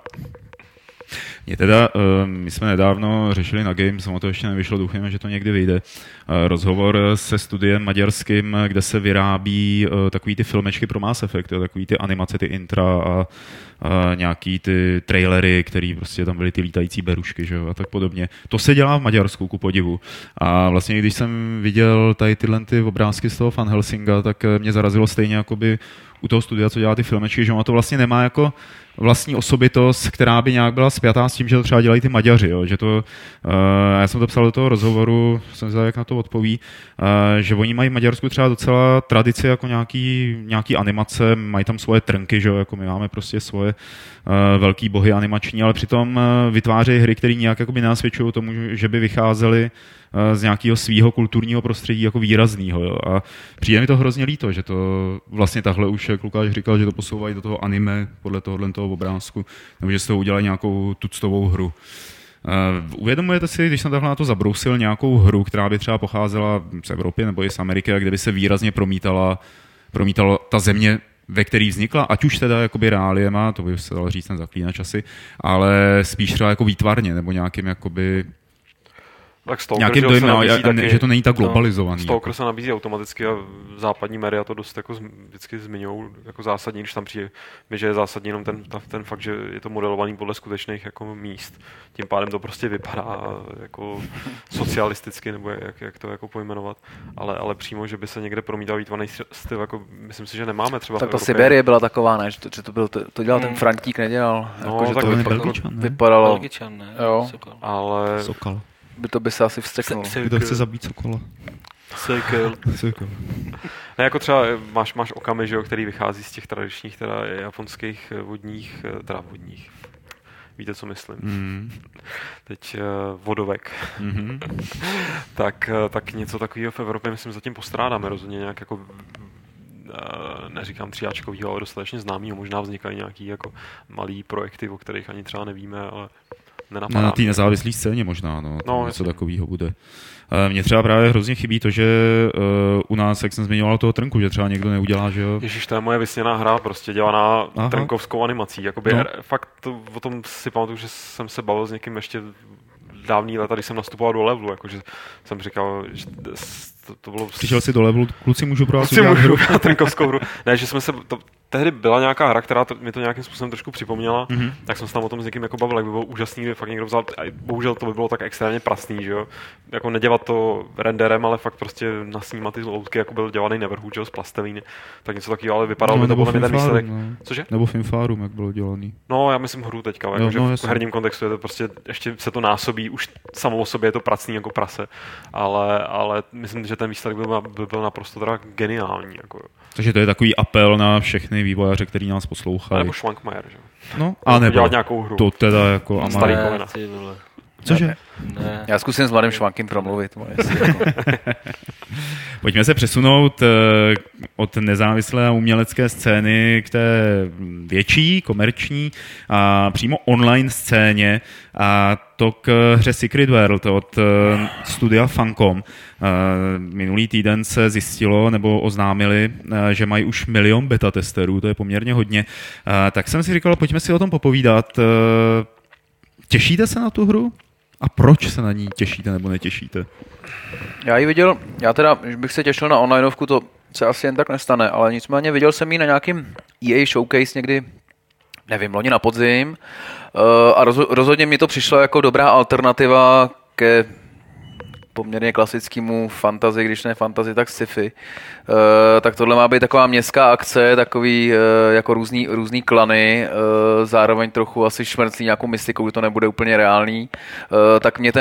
My jsme nedávno řešili na Games, ono to ještě nevyšlo, doufujeme, že to někdy vyjde, rozhovor se studiem maďarským, kde se vyrábí takový ty filmečky pro Mass Effect, takový ty animace, ty intra a nějaký ty trailery, který prostě tam byly ty lítající berušky, že jo, a tak podobně. To se dělá v Maďarsku, ku podivu. A vlastně, když jsem viděl tady tyhle ty obrázky z toho Van Helsinga, tak mě zarazilo stejně jakoby u toho studia, co dělá ty filmečky, že ono to vlastně nemá jako vlastní osobitost, která by nějak byla spjatá s tím, že to třeba dělají ty Maďaři. Jo? Že to, já jsem to psal do toho rozhovoru, jsem zvědavý, jak na to odpoví, že oni mají v Maďarsku třeba docela tradici jako nějaký animace, mají tam svoje trnky, že jo? Jako my máme prostě svoje velký bohy animační, ale přitom vytvářejí hry, které nějak jakoby nenasvědčují tomu, že by vycházely z nějakého svého kulturního prostředí jako výrazného. Jo? A přijde mi to hrozně líto, že to vlastně takhle už, jak Lukáš říkal, že to posouvají do toho anime podle toho obrázku, nebo že z toho udělají nějakou tuctovou hru. Uvědomujete si, když jsem takhle na to zabrousil, nějakou hru, která by třeba pocházela z Evropy nebo i z Ameriky, a kde by se výrazně promítala ta země, ve který vznikla, ať už teda jakoby reáliema, to by se dalo říct ten Zaklínač asi, ale spíš třeba jako výtvarně, nebo nějakým jakoby Tak Stalker, nějakým že, dojem, že to není tak globalizovaný. Stalker se nabízí automaticky a západní média to dost jako vždycky zmiňují jako zásadní, když tam přijde, že je zásadní jenom ten fakt, že je to modelovaný podle skutečných jako míst. Tím pádem to prostě vypadá jako socialisticky, nebo jak to jako pojmenovat. Ale přímo, že by se někde promítal výtvarný styl, jako myslím si, že nemáme třeba. Tak ta Siberie byla taková, ne? Že to dělal ten Frantík, nedělal. No, jako, že tak to vypadalo. Belgičan, ne? Jo. Sokol. Ale Sokol. By se asi vsteknul. Kdo chce zabít sokola? Sokol. Ne, jako třeba máš Okami, že jo, který vychází z těch tradičních teda japonských vodních, víte, co myslím. Teď vodovek. tak něco takového v Evropě, myslím, zatím postrádáme rozhodně nějak jako neříkám tříáčkovýho, ale dostatečně známýho. Možná vznikají nějaký jako malý projekty, o kterých ani třeba nevíme, ale nenapadá. Na té nezávislé scéně možná, něco jasně. takového bude. Mně třeba právě hrozně chybí to, že u nás, jak jsem zmiňoval toho Trnku, že třeba někdo neudělá, že jo? Ježiš, to je moje vysněná hra, prostě dělaná trnkovskou animací. Jakoby fakt o tom si pamatuju, že jsem se bavil s někým ještě dávný leta, když jsem nastupoval do levelu, jakože jsem říkal, že to bylo... Přišel jsi do levelu, kluci můžu pro vás udělat trnkovskou hru. Ne, že jsme se... Tehdy byla nějaká hra, která mi to nějakým způsobem trošku připomněla, tak jsem se tam o tom s někým jako bavil, jak by bylo úžasný, kdyby fakt někdo vzal, a bohužel to by bylo tak extrémně prasný, že jo, jako nedělat to renderem, ale fakt prostě nasnímat ty loutky, jako byl dělaný Neverhood, že jo, z plastelíny, tak něco takového, ale vypadalo by to podle mě ten výsledek. Cože? Nebo Finfarum, jak bylo dělaný. No, já myslím hru teďka, jakože v herním kontextu je to prostě, ještě se to násobí, už samo o sobě je to pracný jako prase, ale myslím, že ten výsledek by byl naprosto teda geniální, jako. Takže to je takový apel na všechny vývojáře, který nás poslouchají. Nebo Schwankmajer, že? No, a nebo dělat nějakou hru. To teda jako Amarillo. Cože? Ne. Já zkusím s mladým Švankem promluvit. Pojďme se přesunout od nezávislé a umělecké scény k té větší, komerční a přímo online scéně, a to k hře Secret World od studia Funcom. Minulý týden se zjistilo nebo oznámili, že mají už 1 milion beta testerů, to je poměrně hodně. Tak jsem si říkal, pojďme si o tom popovídat. Těšíte se na tu hru? A proč se na ní těšíte nebo netěšíte? Já ji viděl, já teda, když bych se těšil na onlineovku, to se asi jen tak nestane, ale nicméně viděl jsem ji na nějakým EA Showcase někdy, nevím, loni na podzim, a rozhodně mi to přišlo jako dobrá alternativa ke poměrně klasickému fantasy, když ne fantasy, tak sci-fi. Tak tohle má být taková městská akce, takový jako různý klany, zároveň trochu asi šmrclí nějakou mystikou, to nebude úplně reálný. Tak mě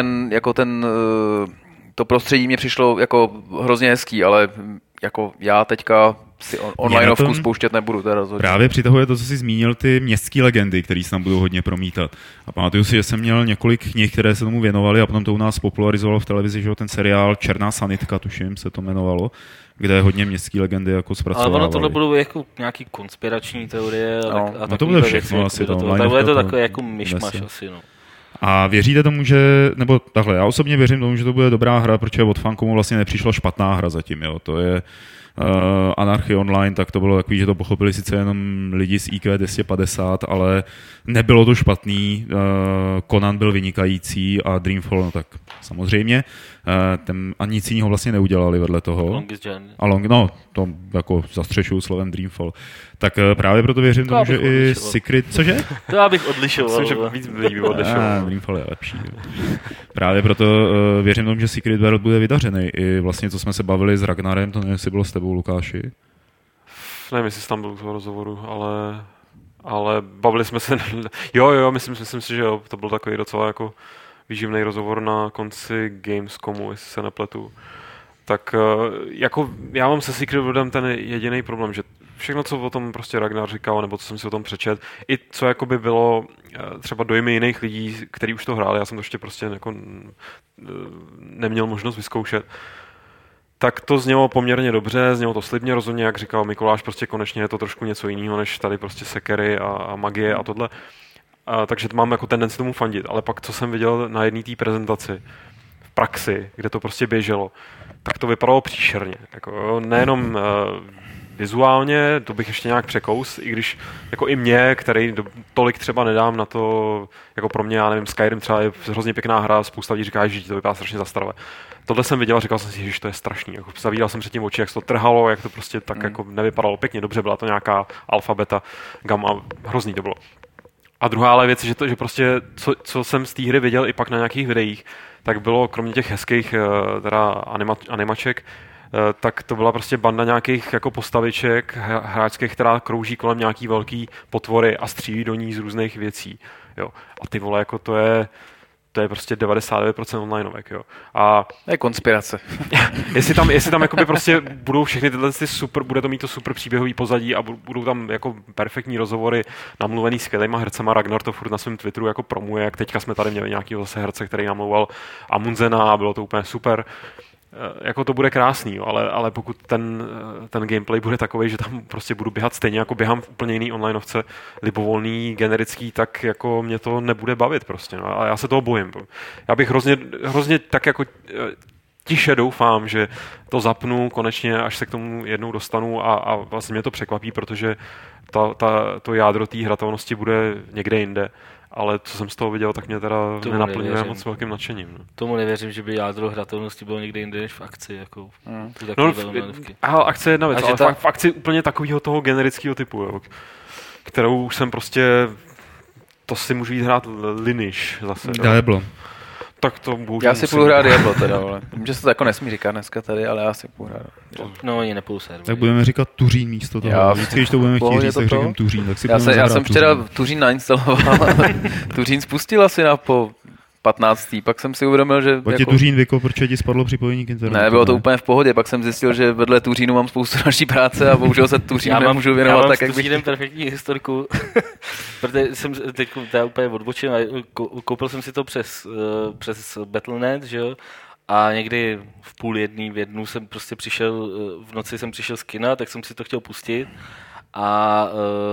to prostředí mě přišlo jako hrozně hezký, ale jako já teďka si onlineovku spouštět nebudu. Teda rozhodně. Právě přitahuje to, co jsi zmínil, ty městské legendy, které se tam budou hodně promítat. A pamatuju si, že jsem měl několik knih, které se tomu věnovaly, a potom to u nás popularizovalo v televizi, že ten seriál Černá sanitka, tuším, se to jmenovalo, kde hodně městské legendy jako zpracovávaly. Ale tohle budou jako nějaký konspirační teorie a to bude všechno asi to. Takhle je to takové jako myšmaš asi, no. A věříte tomu, nebo takhle, já osobně věřím tomu, že to bude dobrá hra, protože od Funcomu vlastně nepřišla špatná hra zatím, jo. To je Anarchy Online, tak to bylo takový, že to pochopili sice jenom lidi z IQ 250, ale nebylo to špatný, Conan byl vynikající a Dreamfall, no tak samozřejmě, a nic jiného vlastně neudělali vedle toho. To jako zastřešuju slovem Dreamfall. Tak právě proto věřím tomu, že i Secret, cože? To já bych odlišoval. Myslím, že víc lidí odlišoval. Dreamfall je lepší. Právě proto věřím tomu, že Secret World bude vydařený. I vlastně, co jsme se bavili s Ragnarem, to nevím, jestli bylo s tebou, Lukáši. Nevím, jestli jsi tam byl u toho rozhovoru, ale bavili jsme se... Jo, myslím si, že jo, to byl takový docela jako výživný rozhovor na konci Gamescomu, jestli se nepletu. Tak jako já mám se Secret Worldem ten jediný problém, že všechno, co o tom prostě Ragnar říkal, nebo co jsem si o tom přečet, i co jako by bylo třeba dojmy jiných lidí, kteří už to hráli, já jsem to ještě prostě jako neměl možnost vyzkoušet, tak to znělo poměrně dobře, znělo to slibně, rozhodně, jak říkal Mikuláš, prostě konečně je to trošku něco jiného, než tady prostě sekery a magie a tohle. Takže mám jako tendenci tomu fandit, ale pak, co jsem viděl na jedné té prezentaci, v praxi, kde to prostě běželo, tak to vypadalo příšerně. Jako, nejenom vizuálně, to bych ještě nějak překous, i když jako i mě, který tolik třeba nedám na to, jako pro mě, já nevím, Skyrim třeba je hrozně pěkná hra, spousta lidí říká, že to vypadá strašně zastaralé. Tohle jsem viděl a říkal jsem si, že to je strašný. Jako zavíral jsem předtím oči, jak se to trhalo, jak to prostě tak jako nevypadalo pěkně, dobře, byla to nějaká alfa, beta, gamma, hrozný to bylo. A druhá ale věc, že prostě, co jsem z té hry viděl i pak na nějakých videích, tak bylo kromě těch hezkých teda animaček, tak to byla prostě banda nějakých jako postaviček hráčských, která krouží kolem nějaký velký potvory a střílí do ní z různých věcí. Jo. A ty vole, jako to je prostě 99% onlineovek, jo. A to je konspirace. jestli tam jakoby prostě budou všechny tyhle super, bude to mít to super příběhový pozadí a budou tam jako perfektní rozhovory namluvený skvělýma hercema. Ragnar to furt na svém Twitteru jako promuje, jak teďka jsme tady měli nějakýho zase herce, který namlouval Amundsena a bylo to úplně super. Jako to bude krásný, jo, ale pokud ten gameplay bude takový, že tam prostě budu běhat stejně jako běhám v úplně jiný onlineovce, libovolný, generický, tak jako mě to nebude bavit prostě. No, a já se toho bojím. Já bych hrozně tak jako tiše doufám, že to zapnu konečně, až se k tomu jednou dostanu a vlastně mě to překvapí, protože to jádro té hratelnosti bude někde jinde. Ale co jsem z toho viděl, tak mě teda nenaplňuje moc velkým nadšením. No. Tomu nevěřím, že by jádro hratelnosti bylo někde jinde než v akci. Jako, akce je jedna věc, ale v akci úplně takového toho generického typu, jo, kterou jsem prostě, to si můžu jít hrát Lineage zase. Diablo. Tak to bohužel já si půjdu hrát Diablo teda, ale vím, že se to jako nesmí říkat dneska tady, ale já si půjdu hrát. No, oni nepůjdu se. Tak budeme říkat Tuřín místo toho. Vždycky, když to budeme chtít říct, tak říkám Tuřín. Tak si já jsem včera Tuřín nainstaloval, Tuřín spustil asi po 15. Pak jsem si uvědomil, že... Pak tě Tuřín vykop, protože ti spadlo připojení k internetu. Ne, bylo to úplně v pohodě, pak jsem zjistil, že vedle Tuřínu mám spoustu další práce a bohužel se Tuřínu nemůžu věnovat tak, jak bych... Já mám perfektní historku, protože jsem teď úplně odbočil a koupil jsem si to přes Battle.net, že jo, a někdy v 12:30 v 1 jsem prostě přišel, v noci jsem přišel z kina, tak jsem si to chtěl pustit a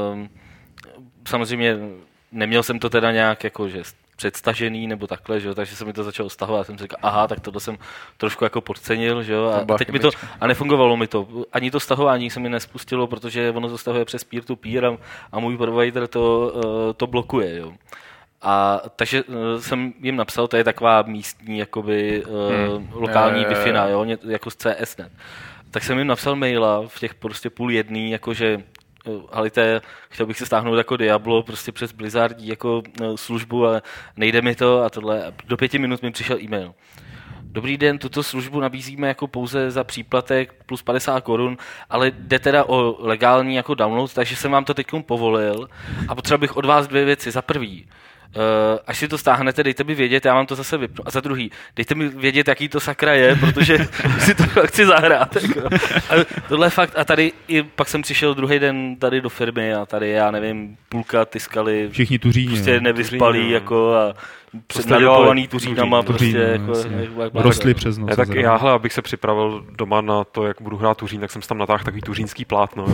samozřejmě neměl jsem to teda nějak jako, že předstažený nebo takhle, že jo, takže se mi to začalo stahovat a jsem si říkal, aha, tak tohle jsem trošku jako podcenil, že jo, a teď mi to, a nefungovalo mi to, ani to stahování se mi nespustilo, protože ono to stahuje přes peer-to-peer a můj provider to blokuje, jo. A takže jsem jim napsal, to je taková místní, jakoby lokální Wi-Fi, jo, jako z CS.net. Tak jsem jim napsal maila v těch prostě 12:30, jakože halite, chtěl bych se stáhnout jako Diablo prostě přes Blizzardí jako službu, ale nejde mi to a tohle. Do 5 minut mi přišel e-mail. Dobrý den, tuto službu nabízíme jako pouze za příplatek plus 50 korun, ale jde teda o legální jako download, takže jsem vám to teď povolil a potřeboval bych od vás 2 věci. Za prvý, až si to stáhnete, dejte mi vědět, já vám to zase vypnu. A za druhý, dejte mi vědět, jaký to sakra je, protože si to chci zahrát. Jako. A tohle je fakt. A tady i pak jsem přišel druhý den tady do firmy a tady, já nevím, půlka tyskali. Všichni Tuříni. Prostě nevyspalí jako a nalupovaný Tuřínama. Prostě jako, rostli přes noc. Tak jáhle, abych se připravil doma na to, jak budu hrát Tuřín, tak jsem tam natáhl takový tuřínský plátno.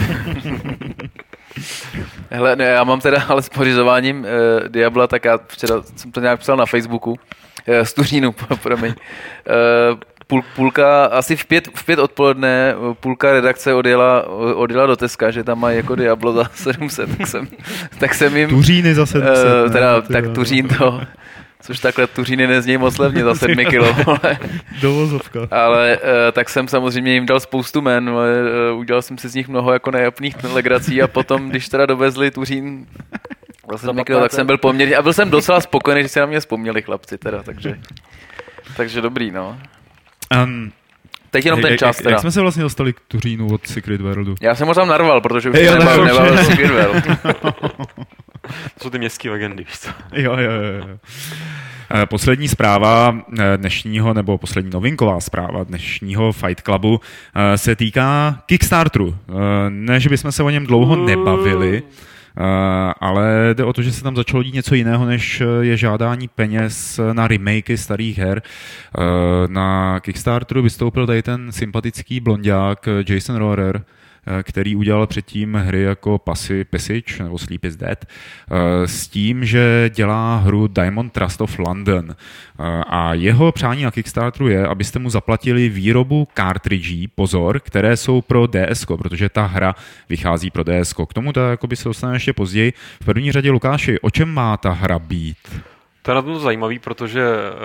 Hele, ne, já mám teda ale s pořizováním Diabla, tak já včera jsem to nějak psal na Facebooku, z Tuřínu, promiň. Půlka, asi v pět odpoledne, půlka redakce odjela do Teska, že tam mají jako Diablo za 700, tak jsem jim... Tuříny za 700. Tak Tuřín to... Což takhle Tuříny neznějí moc levně za 7 kilo. Dovozovka. Ale tak jsem samozřejmě jim dal spoustu jmen, udělal jsem si z nich mnoho jako nejapných legrací a potom, když teda dovezli Tuřín za 7 kilo, tak jsem byl poměrně, a byl jsem docela spokojený, že si na mě vzpomněli chlapci teda, takže dobrý, no. Teď jenom ten čas teda. Jak jsme se vlastně dostali k Tuřínu od Secret Worldu? Já jsem ho tam narval, protože už nebavil Secret World. To jsou ty městské legendy, víš co? Jo. Poslední zpráva dnešního, nebo poslední novinková zpráva dnešního Fight Clubu se týká Kickstarteru. Ne, že bychom se o něm dlouho nebavili, ale jde o to, že se tam začalo dít něco jiného, než je žádání peněz na remakey starých her. Na Kickstarteru vystoupil tady ten sympatický blonďák Jason Rohrer, který udělal předtím hry jako Passage nebo Sleep is Dead, s tím, že dělá hru Diamond Trust of London. A jeho přání na Kickstarteru je, abyste mu zaplatili výrobu cartridží, pozor, které jsou pro DSko, protože ta hra vychází pro DSko. K tomu by se dostaneme ještě později. V první řadě, Lukáši, o čem má ta hra být? To je na tom zajímavý, protože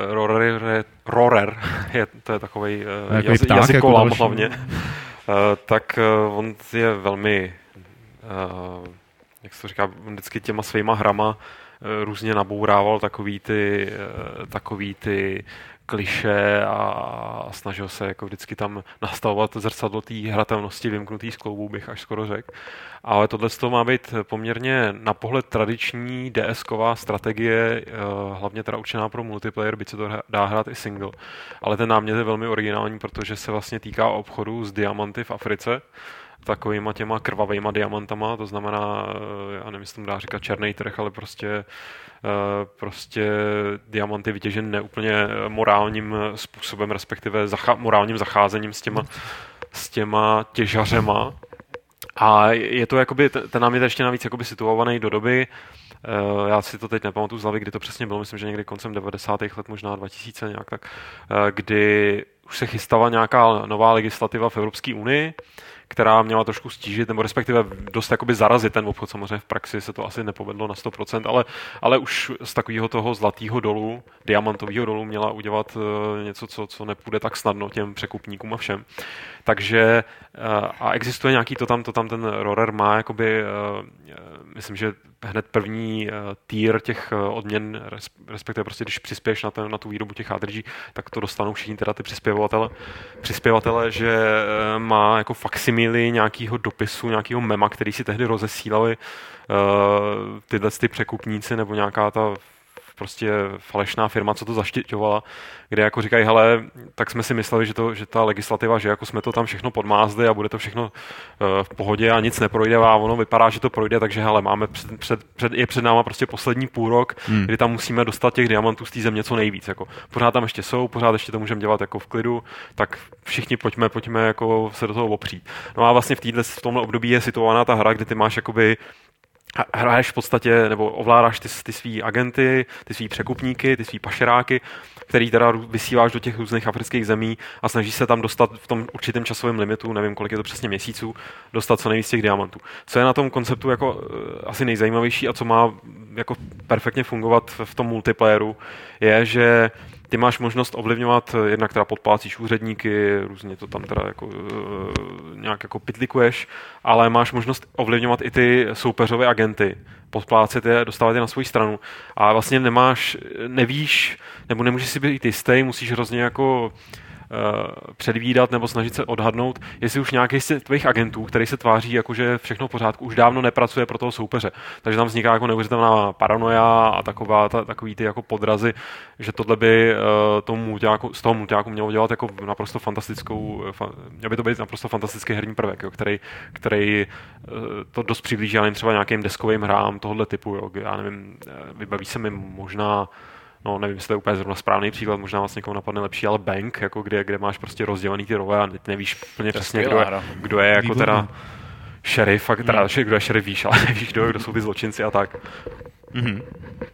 Rorer to je takový jazykolam jako hlavně, tak on je velmi, jak se to říká, vždycky těma svýma hrama různě nabourával takový ty klišé a snažil se jako vždycky tam nastavovat zrcadlo té hratelnosti vymknutý z kloubů, bych až skoro řekl. Ale tohle má být poměrně na pohled tradiční DS-ková strategie, hlavně teda určená pro multiplayer, byť se to dá hrát i single. Ale ten námět je velmi originální, protože se vlastně týká obchodu s diamanty v Africe, takovýma těma krvavejma diamantama, to znamená, já nevím, jestli tomu dá říkat černý trh, ale prostě diamanty vytěžené neúplně morálním způsobem, respektive morálním zacházením s těma těžařema. A je to jakoby, ten námět ještě navíc jakoby situovaný do doby, já si to teď nepamatuju z hlavy, kdy to přesně bylo, myslím, že někdy koncem 90. let, možná 2000 nějak tak, kdy už se chystala nějaká nová legislativa v Evropské unii, která měla trošku stížit, nebo respektive dost jakoby zarazit ten obchod. Samozřejmě v praxi se to asi nepovedlo na 100%, ale už z takového toho zlatého dolu, diamantového dolu měla udělat něco, co nepůjde tak snadno těm překupníkům a všem. Takže a existuje nějaký to tam ten Rorer má jakoby, myslím, že hned první tier těch odměn, respektive prostě když přispěješ na tu výrobu těch cartridží, tak to dostanou všichni teda ty přispěvatele, že má jako faksimily nějakého dopisu, nějakého mema, který si tehdy rozesílali tyhle ty překupníci nebo nějaká ta prostě falešná firma, co to zaštiťovala, kde jako říkají, hele, tak jsme si mysleli, že ta legislativa, že jako jsme to tam všechno podmázli a bude to všechno v pohodě a nic neprojde a ono vypadá, že to projde, takže hele, máme je před náma prostě poslední půl rok, kdy tam musíme dostat těch diamantů z té země co nejvíc. Jako. Pořád tam ještě jsou, pořád ještě to můžeme dělat jako v klidu, tak všichni pojďme jako se do toho opřít. No a vlastně v tomhle období je situovaná ta hra, kdy ty máš jakoby hraješ v podstatě, nebo ovládáš ty svý agenty, ty svý překupníky, ty svý pašeráky, který teda vysíláš do těch různých afrických zemí a snažíš se tam dostat v tom určitém časovém limitu, nevím, kolik je to přesně měsíců, dostat co nejvíc těch diamantů. Co je na tom konceptu jako asi nejzajímavější a co má jako perfektně fungovat v tom multiplayeru, je, že ty máš možnost ovlivňovat, jednak teda podplácíš úředníky, různě to tam teda jako, nějak jako pitlikuješ, ale máš možnost ovlivňovat i ty soupeřové agenty, podplácet je, dostávat je na svou stranu a vlastně nevíš, nebo nemůžeš si být jistý, musíš hrozně jako předvídat nebo snažit se odhadnout, jestli už nějaký z tvých agentů, který se tváří jako, že všechno v pořádku, už dávno nepracuje pro toho soupeře. Takže tam vzniká jako neuvěřitelná paranoia a takový ty jako podrazy, že tohle by z toho multiáku mělo dělat jako naprosto měl by to být naprosto fantastický herní prvek, jo, který to dost přiblíží, já nevím, třeba nějakým deskovým hrám tohohle typu, jo, já nevím, vybaví se mi možná no nevím, jestli to je úplně zrovna správný příklad, možná vás někomu napadne lepší, ale Bank, jako kde máš prostě rozdělený ty role a nevíš úplně přesně, kdo je jako teda šerif, kdo je šerif víš, ale nevíš, kdo jsou ty zločinci a tak. Mm-hmm.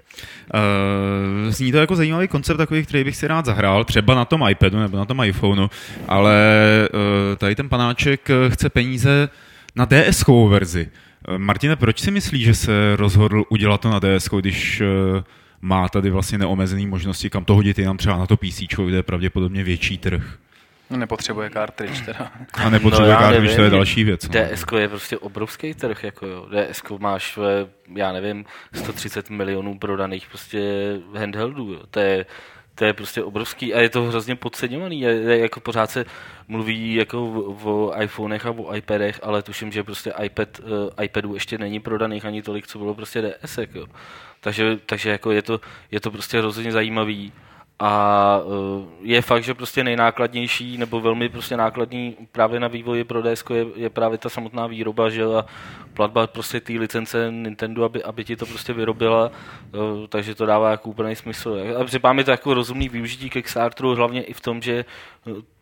Zní to jako zajímavý koncept takový, který bych si rád zahrál, třeba na tom iPadu nebo na tom iPhoneu, ale tady ten panáček chce peníze na DS-kovou verzi. Martine, proč si myslíš, že se rozhodl udělat to na DS, když má tady vlastně neomezený možnosti, kam to hodit jenom třeba na to PC, kde je pravděpodobně větší trh? No, nepotřebuje cartridge teda. A nepotřebuje cartridge, to je další věc. DSko je prostě obrovský trh, jako jo. DSko máš, já nevím, 130 milionů prodaných prostě handheldů, jo. To je prostě obrovský a je to hrozně podceňovaný. Jako pořád se mluví jako o iPhonech a o iPadech, ale tuším, že prostě iPadů ještě není prodaných ani tolik, co bylo prostě DSek, jo. Takže jako je to prostě hrozně zajímavý a je fakt, že prostě nejnákladnější nebo velmi prostě nákladný právě na vývoji pro DSko je právě ta samotná výroba, že a platba prostě té licence Nintendo, aby ti to prostě vyrobila, takže to dává jako úplný smysl. A připadá mi to jako rozumný využití Kickstarteru, hlavně i v tom, že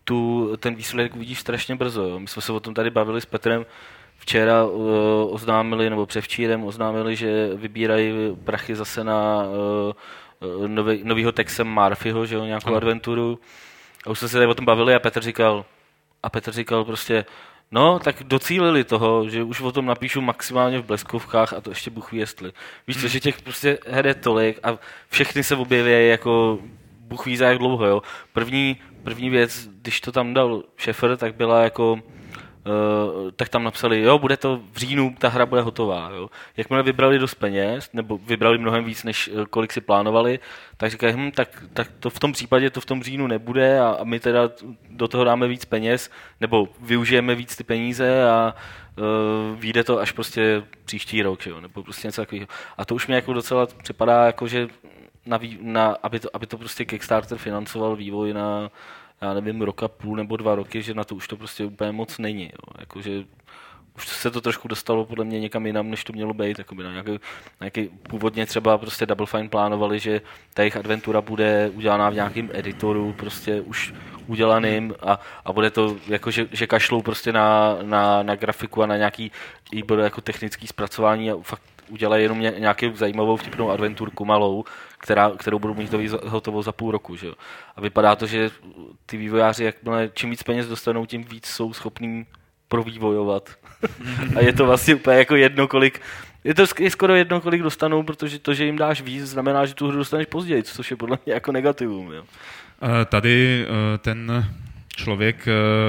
ten výsledek uvidíš strašně brzo. Jo. My jsme se o tom tady bavili s Petrem. Včera oznámili, nebo převčírem oznámili, že vybírají prachy zase na novýho Texem Murphyho, že jo, nějakou adventuru. A už jsme se tady o tom bavili a Petr říkal prostě, no, tak docílili toho, že už o tom napíšu maximálně v bleskovkách a to ještě Bůh ví jestli. Víš co, že těch prostě her je tolik a všechny se objeví jako Bůh ví za jak dlouho, jo. První věc, když to tam dal Šefer, tak byla jako tak tam napsali, jo, bude to v říjnu, ta hra bude hotová. Jo. Jakmile vybrali dost peněz, nebo vybrali mnohem víc, než kolik si plánovali, tak říkají, tak to v tom případě to v tom říjnu nebude a my teda do toho dáme víc peněz, nebo využijeme víc ty peníze a vyjde to až prostě příští rok, jo, nebo prostě něco takového. A to už mě jako docela připadá, jako, že aby to prostě Kickstarter financoval vývoj na já nevím, roka půl nebo 2 roky, že na to už to prostě úplně moc není. Jo. Jakože už se to trošku dostalo podle mě někam jinam, než to mělo být. Jakoby na nějaký původně třeba prostě Double Fine plánovali, že ta jejich adventura bude udělaná v nějakém editoru, prostě už udělaným a bude to jako, že kašlou prostě na grafiku a na nějaký bude jako technický zpracování a fakt udělají jenom nějakou zajímavou vtipnou adventurku malou, kterou budou mít hotovou za půl roku. Že jo? A vypadá to, že ty vývojáři, jakmile čím víc peněz dostanou, tím víc jsou schopní provývojovat. A je to vlastně úplně jako jedno, kolik... Je skoro jedno, kolik dostanou, protože to, že jim dáš víc, znamená, že tu hru dostaneš později, což je podle mě jako negativum. Jo? Tady ten člověk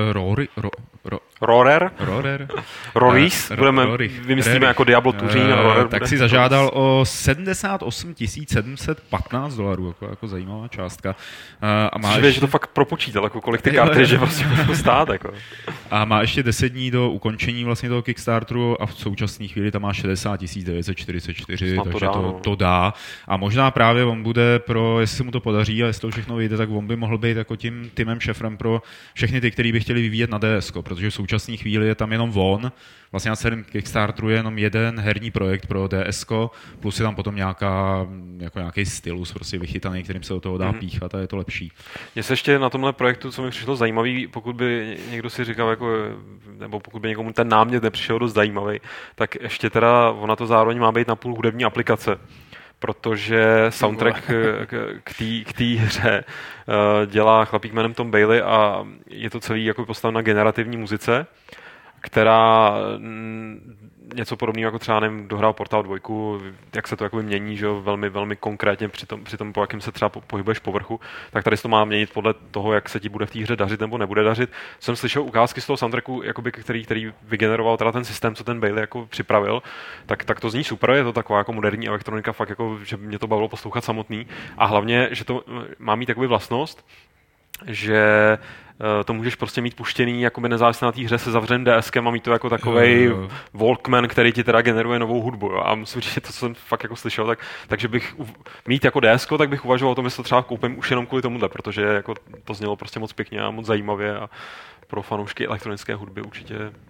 Roris, vymyslíme jako Diablo Turín. Tak si zažádal o $78 715, jako zajímavá částka. A má ještě... že to fakt propočítal, jako kolik ty karty, že prostě můžou stát. Jako. A má ještě 10 dní do ukončení vlastně toho Kickstarteru a v současné chvíli tam má 60 944, takže to dá. A možná právě on bude jestli se mu to podaří a jestli to všechno vyjde, tak on by mohl být jako tím Timem Šefrem pro všechny ty, kteří by chtěli vyvíjet na DS, protože v současné chvíli je tam jenom on. Vlastně na celém Kickstarteru je jenom jeden herní projekt pro DS, plus je tam potom nějaký stylus prostě vychytaný, kterým se do toho dá píchat a je to lepší. Mně se ještě na tomhle projektu, co mi přišlo zajímavý, pokud by někdo si říkal, jako, nebo pokud by někomu ten námět nepřišel dost zajímavý, tak ještě teda ona to zároveň má být napůl hudební aplikace. Protože soundtrack k té hře dělá chlapík jménem Tom Bailey a je to celý jako postaven na generativní muzice, která něco podobného jako třeba nevím, dohrál Portal 2, jak se to jakoby mění, že velmi, velmi konkrétně při tom, po jakém se třeba pohybuješ povrchu, tak tady se to má měnit podle toho, jak se ti bude v té hře dařit nebo nebude dařit. Jsem slyšel ukázky z toho soundtracku, jakoby, který vygeneroval teda ten systém, co ten Bailey jako připravil, tak to zní super, je to taková jako moderní elektronika, fakt jako, že mě to bavilo poslouchat samotný a hlavně, že to má mít takovou vlastnost, že to můžeš prostě mít puštěný jakoby nezávisle na té hře se zavřeným DSkem a mít to jako takovej Walkman, který ti teda generuje novou hudbu. Jo. A musím říct, že to, co jsem fakt jako slyšel, takže bych mít jako DSko, tak bych uvažoval o tom, jestli to třeba koupím už jenom kvůli tomuhle, protože jako to znělo prostě moc pěkně a moc zajímavě a pro fanoušky elektronické hudby určitě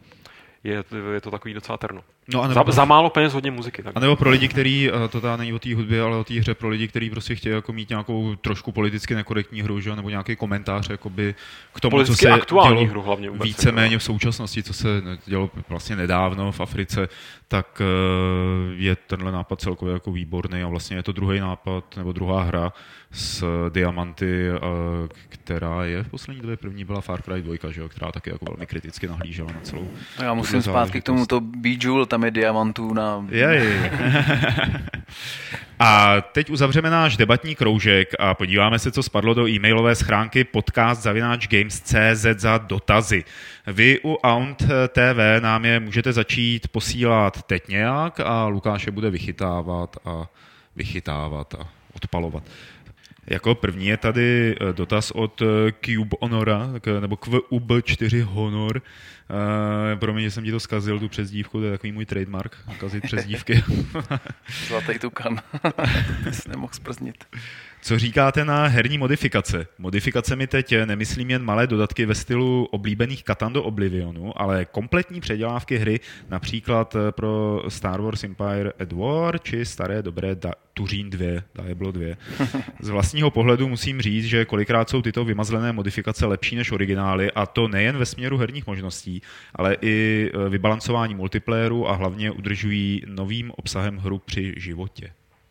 je to takový docela terno. No, za málo peněz hodně muziky. Tak. A nebo pro lidi, kteří, to teda není o té hudbě, ale o té hře, pro lidi, kteří prostě chtějí jako mít nějakou trošku politicky nekorektní hru, že? Nebo nějaký komentář jakoby k tomu, politicky co se dělo hru hlavně víceméně v současnosti, co se dělo vlastně nedávno v Africe, tak je tenhle nápad celkově jako výborný a vlastně je to druhý nápad nebo druhá hra s diamanty, která je v poslední době první byla Far Cry 2, že? Která taky jako velmi kriticky nahlížela na celou. Já musím zpátky k tomuto Bejeweled, tam je diamantů na... A teď uzavřeme náš debatní kroužek a podíváme se, co spadlo do e-mailové schránky podcast@games.cz za dotazy. Vy u Aunt TV nám je můžete začít posílat teď nějak a Lukáš je bude vychytávat a odpalovat. Jako první je tady dotaz od Cube Honora, nebo QUB4 Honor. Pro mě, že jsem ti to zkazil, tu přezdívku, to je takový můj trademark, kazit přezdívky. Zlatý tukan. Ty jsi nemohl zprznit. Co říkáte na herní modifikace? Modifikacemi teď nemyslím jen malé dodatky ve stylu oblíbených Catan do Oblivionu, ale kompletní předělávky hry, například pro Star Wars Empire at War, či staré dobré Turín 2, Diablo 2. Z vlastního pohledu musím říct, že kolikrát jsou tyto vymazlené modifikace lepší než originály, a to nejen ve směru herních možností, ale i vybalancování multiplayeru a hlavně udržují novým obsahem hru při životě.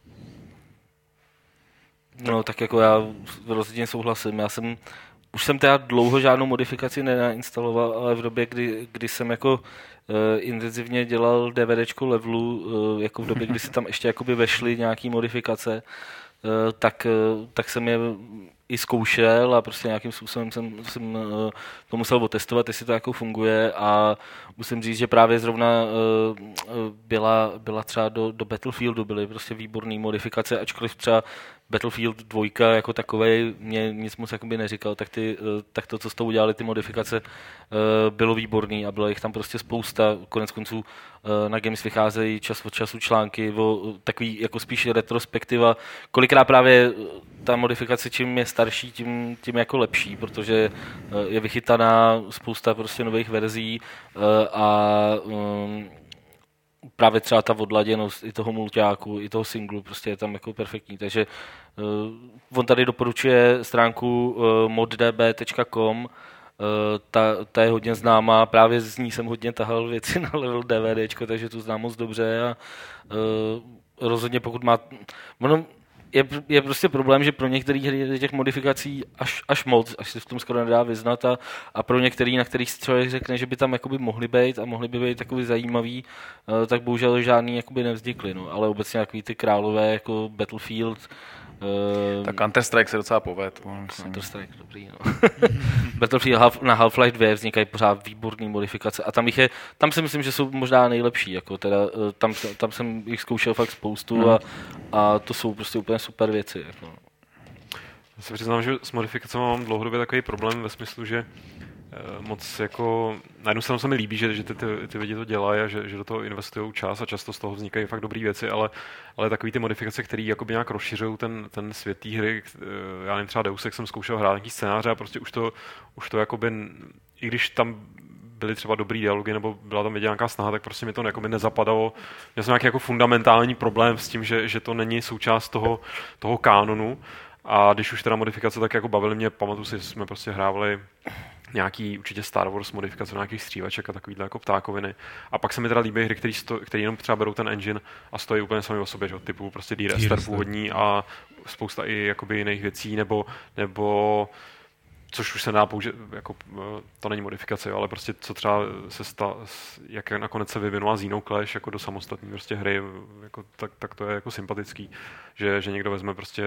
No tak jako já rozhodně souhlasím. Už jsem teda dlouho žádnou modifikaci nenainstaloval, ale v době, kdy jsem jako intenzivně dělal DVDčko levelu, jako v době, kdy se tam ještě jakoby vešly nějaký modifikace, tak jsem je i zkoušel a prostě nějakým způsobem jsem to musel otestovat, jestli to jako funguje, a musím říct, že právě zrovna byla třeba do Battlefieldu byly prostě výborné modifikace, ačkoliv třeba Battlefield 2 jako takovej mě nic moc jakoby neříkal, tak to, co s tou udělali ty modifikace, bylo výborný a bylo jich tam prostě spousta. Konec konců na Games vycházejí čas od času články o takový jako spíš retrospektiva. Kolikrát právě ta modifikace, čím je starší, tím jako lepší, protože je vychytaná spousta prostě nových verzí a právě třeba ta odladěnost i toho mulťáku, i toho singlu, prostě je tam jako perfektní. Takže on tady doporučuje stránku moddb.com, ta je hodně známá, právě z ní jsem hodně tahal věci na level DVDčko, takže tu znám moc dobře a rozhodně pokud má... Je prostě problém, že pro některé hry těch modifikací až moc, až se v tom skoro nedá vyznat, a pro některé, na kterých člověk řekne, že by tam jakoby mohly být a mohly by být takový zajímavý, tak bohužel žádný jakoby nevznikly. No. Ale obecně takový ty králové jako Battlefield. Tak Counter-Strike se docela povedl. Counter-Strike, dobrý. No. Battlefield na Half-Life 2 vznikají pořád výborné modifikace a tam si myslím, že jsou možná nejlepší. Jako teda, tam jsem jich zkoušel fakt spoustu a to jsou prostě úplně super věci. Jako. Já se přiznám, že s modifikacemi mám dlouhodobě takový problém ve smyslu, že moc jako... Na jednu stranu se mi líbí, že ty lidi to dělají a že do toho investují čas a často z toho vznikají fakt dobré věci, ale takový ty modifikace, které jakoby nějak rozšiřují ten svět té hry, já nevím, třeba Deus Ex jsem zkoušel hrát nějaký scénáře a prostě už to jakoby, i když tam byly třeba dobrý dialogy nebo byla tam vidět nějaká snaha, tak prostě mi to jakoby nezapadalo. Měl jsem nějaký jako fundamentální problém s tím, že to není součást toho kánonu. A když už teda modifikace tak jako bavily mě, pamatuju si, jsme prostě hrávali nějaký určitě Star Wars modifikace nějakých střívaček a takovýhle jako ptákoviny. A pak se mi teda líbí hry, které jenom třeba berou ten engine a stojí úplně sami o sobě, že? Typu prostě D-Rester původní a spousta i jakoby jiných věcí, nebo což už se dá použít, jako, to není modifikace, ale prostě co třeba jak nakonec se vyvinula Xenoclash jako do samostatné prostě hry, jako, tak to je jako sympatický, že někdo vezme prostě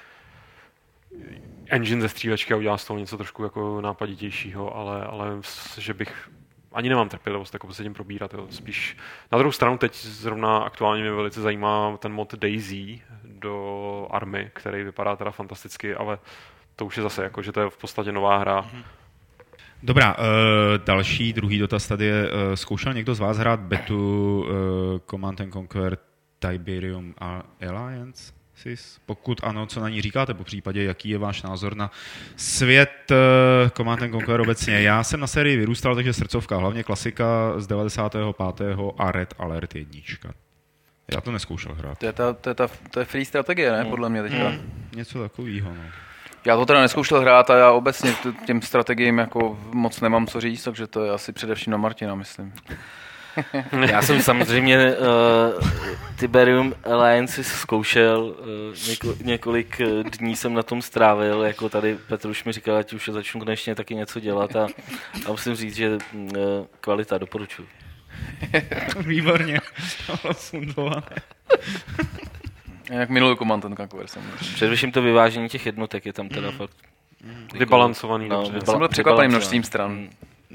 engine ze střílečky a udělá z toho něco trošku jako nápaditějšího, ale že bych ani nemám trpělivost jako se tím probírat. Jo. Spíš na druhou stranu teď zrovna aktuálně mě velice zajímá ten mod Daisy do Army, který vypadá teda fantasticky, ale to už je zase jako, že to je v podstatě nová hra. Dobrá, druhý dotaz tady je, zkoušel někdo z vás hrát betu Command & Conquer Tiberium Alliance? Pokud ano, co na ní říkáte, po případě, jaký je váš názor na svět Command & Conquer obecně? Já jsem na sérii vyrůstal, takže srdcovka, hlavně klasika z 95. a Red Alert 1. Já to neskoušel hrát. To je free strategie, ne? Podle mě teďka. Něco takového, no. Já to teda neskoušel hrát a já obecně těm strategiím jako moc nemám co říct, takže to je asi především na Martina, myslím. Já jsem samozřejmě Tiberium Alliance zkoušel, několik dní jsem na tom strávil, jako tady Petr už mi říkal, ať už začnu konečně taky něco dělat a musím říct, že kvalita, doporučuji. Výborně, fundované. Jak minulý Command & Conquer samozřejmě. Především to vyvážení těch jednotek je tam teda fakt vybalancovaný. No, jsem byl překvapený množstvím stran.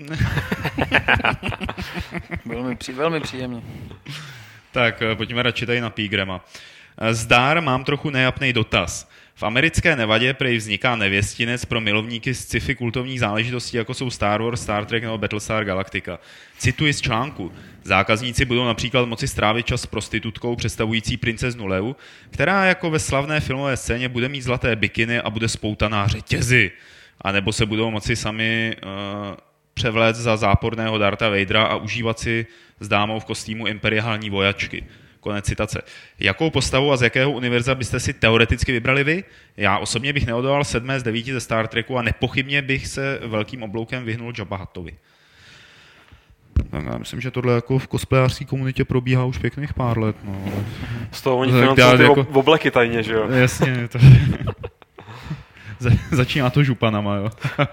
velmi příjemně. Tak, pojďme radši tady na Pigrama. Zdar, mám trochu nejapnej dotaz. V americké Nevadě prej vzniká nevěstinec pro milovníky sci-fi kultovních záležitostí, jako jsou Star Wars, Star Trek nebo Battlestar Galactica. Cituji z článku. Zákazníci budou například moci strávit čas s prostitutkou představující princeznu Leu, která jako ve slavné filmové scéně bude mít zlaté bikiny a bude spoutaná řetězy. A nebo se budou moci sami převléct za záporného Dartha Vadera a užívat si s dámou v kostýmu imperiální vojačky. Konec citace. Jakou postavu a z jakého univerza byste si teoreticky vybrali vy? Já osobně bych neodolal 7 z 9 ze Star Treku a nepochybně bych se velkým obloukem vyhnul Jabba Huttovi. Tak já myslím, že tohle jako v cosplayářské komunitě probíhá už pěkných pár let. No. Z toho oni financují ty jako obleky tajně, že jo? Jasně. To... Začíná to županama, jo.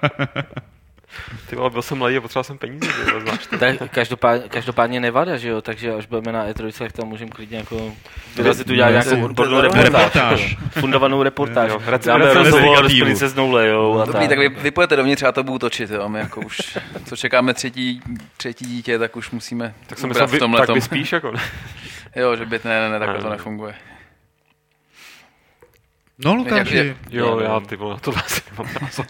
Ty vole, byl jsem mladý a potřeboval jsem peníze, znáš to. Tak každopádně Nevada, že jo, takže až budeme na E3, tak tam můžeme klidně jako vyrazit udělat nějakou odbornou reportáž. Fundovanou reportáž. Dáme rozhovor s princeznou Leou a dobrý, tak vy pojete dovnitř a to budu točit, jo. My jako už, co čekáme třetí dítě, tak už musíme tak jsem myslel, v tomhletom. Tak vyspíš jako? Jo, že byt ne, takhle to nefunguje. No, Lukáši. Jo, já ty vole, to asi nemám názor.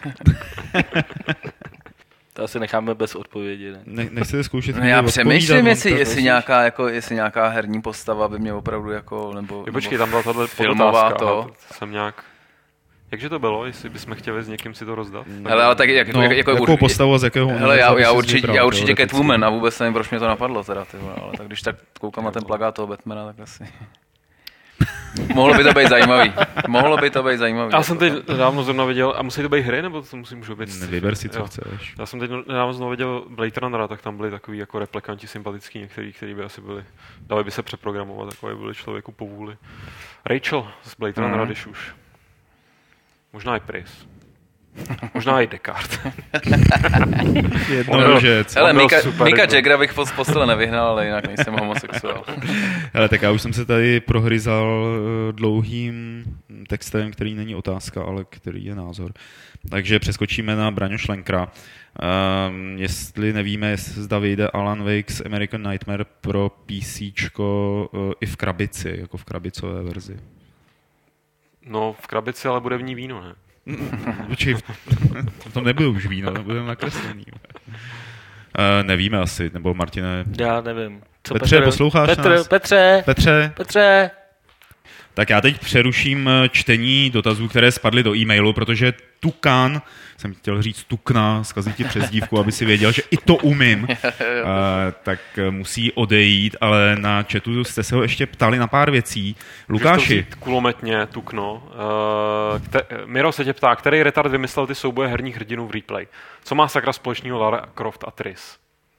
To asi necháme bez odpovědi. Ne? Nechcete zkoušet? No já přemýšlím, jestli nějaká herní postava by mě opravdu jako, nebo počkej, tam byla tahle filmová to. Jsem nějak... Jakže to bylo, jestli bychom chtěli s někým si to rozdat? Hele, ale tak jakou postavu a z jakého... Hele, já určitě Catwoman a vůbec nevím, proč mě to napadlo teda, ty vole, ale tak když tak koukám na ten plakát toho Batmana, tak asi... Mohlo by to být zajímavý. Já jsem teď nedávno zrovna viděl, a musí to být hry, nebo to můžou být... Vyber si, co chceš. Já jsem teď nedávno znovu viděl Blade Runnera, tak tam byli takový jako replikanti sympatický, některý, kteří by asi byli, dali by se přeprogramovat, takové byli člověku po vůli. Rachel z Blade Runnera, když už. Možná i Pris. Možná i Descartes. Jednorožec. Hele, Mika Jaggera bych z postele nevyhnal, ale jinak nejsem homosexuál. Hele, tak já už jsem se tady prohryzal dlouhým textem, který není otázka, ale který je názor. Takže přeskočíme na Braňo Šlenkra. Jestli nevíme, zda vyjde Alan Wake's American Nightmare pro PCčko i v krabici, jako v krabicové verzi. No, v krabici, ale bude v ní víno, ne? Počkej, to nebude už víno, to bude nakreslený. Nevíme asi, nebo Martine... Já nevím. Co Petře, posloucháš nás? Petře! Tak já teď přeruším čtení dotazů, které spadly do e-mailu, protože Tukan, jsem chtěl říct Tukna, zkazit ti přezdívku, aby si věděl, že i to umím, tak musí odejít, ale na chatu jste se ho ještě ptali na pár věcí. Lukáši. Kulometně, Tukno. Miro se tě ptá, který retard vymyslel ty souboje herních hrdinů v replay? Co má sakra společného Lara Croft a Triss?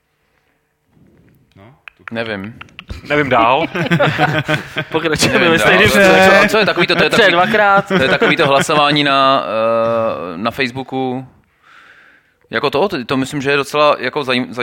Nevím dál. Pokračujeme. Co je takový to? Dvakrát. To je takový to hlasování na Facebooku. Jako to myslím, že je docela jako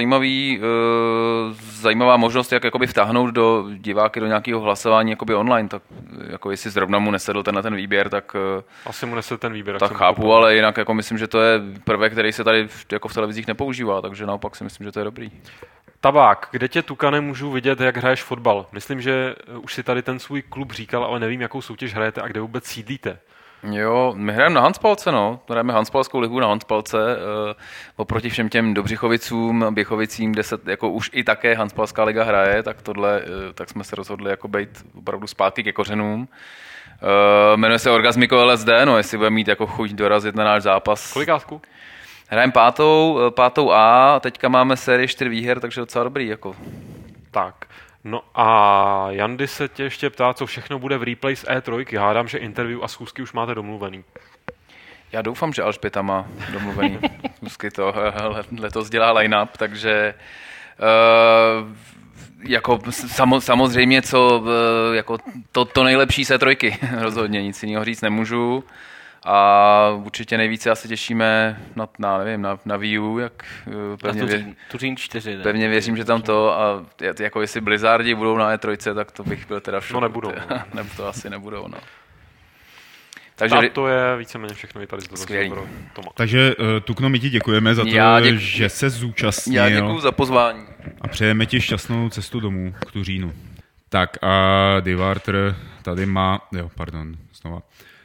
zajímavá možnost, jak jakoby vtáhnout do diváky do nějakého hlasování jakoby online. Tak jako jestli zrovna mu nesedl ten výběr, tak asi mu nesedl ten výběr. Tak chápu, ale jinak jako myslím, že to je prvek, který se tady jako v televizích nepoužívá, takže naopak si myslím, že to je dobrý. Tabák, kde tě, Tukane, můžu vidět, jak hraješ fotbal? Myslím, že už si tady ten svůj klub říkal, ale nevím, jakou soutěž hrajete a kde vůbec sídlíte. Jo, my hrajeme na Hanspalce, no. Hrajeme Hanspalskou ligu na Hanspalce. Oproti všem těm Dobřichovicům, Běchovicím, kde se jako už i také Hanspalská liga hraje, tak tak jsme se rozhodli jako být opravdu zpátky ke kořenům. Jmenuje se Orgasmico LSD, no, jestli bude mít jako chuť dorazit na náš zápas. Kolikátku? Hrajeme pátou A, teďka máme sérii 4 výher, takže docela dobrý. Jako. Tak, no a Jandy se tě ještě ptá, co všechno bude v replay z E3. Hádám, že interview a schůzky už máte domluvený. Já doufám, že Alžběta má domluvený schůzky, to letos dělá line-up, takže jako samozřejmě jako to nejlepší z E3, rozhodně nic jiného říct nemůžu. A určitě nejvíce asi těšíme na Wii U, jak Tuřín 4. Pevně věřím, že tam to a jako jestli Blizzardi budou na E3, tak to bych byl teda v šoku. No nebudou. Nebo to asi nebudou, no. Takže to je víceméně všechno i tady z dotazu. Takže Tukno, my ti děkujeme za to, že se zúčastnil. Já děkuju za pozvání. A přejeme ti šťastnou cestu domů k Tuřínu. Tak a Divartr tady má, znova.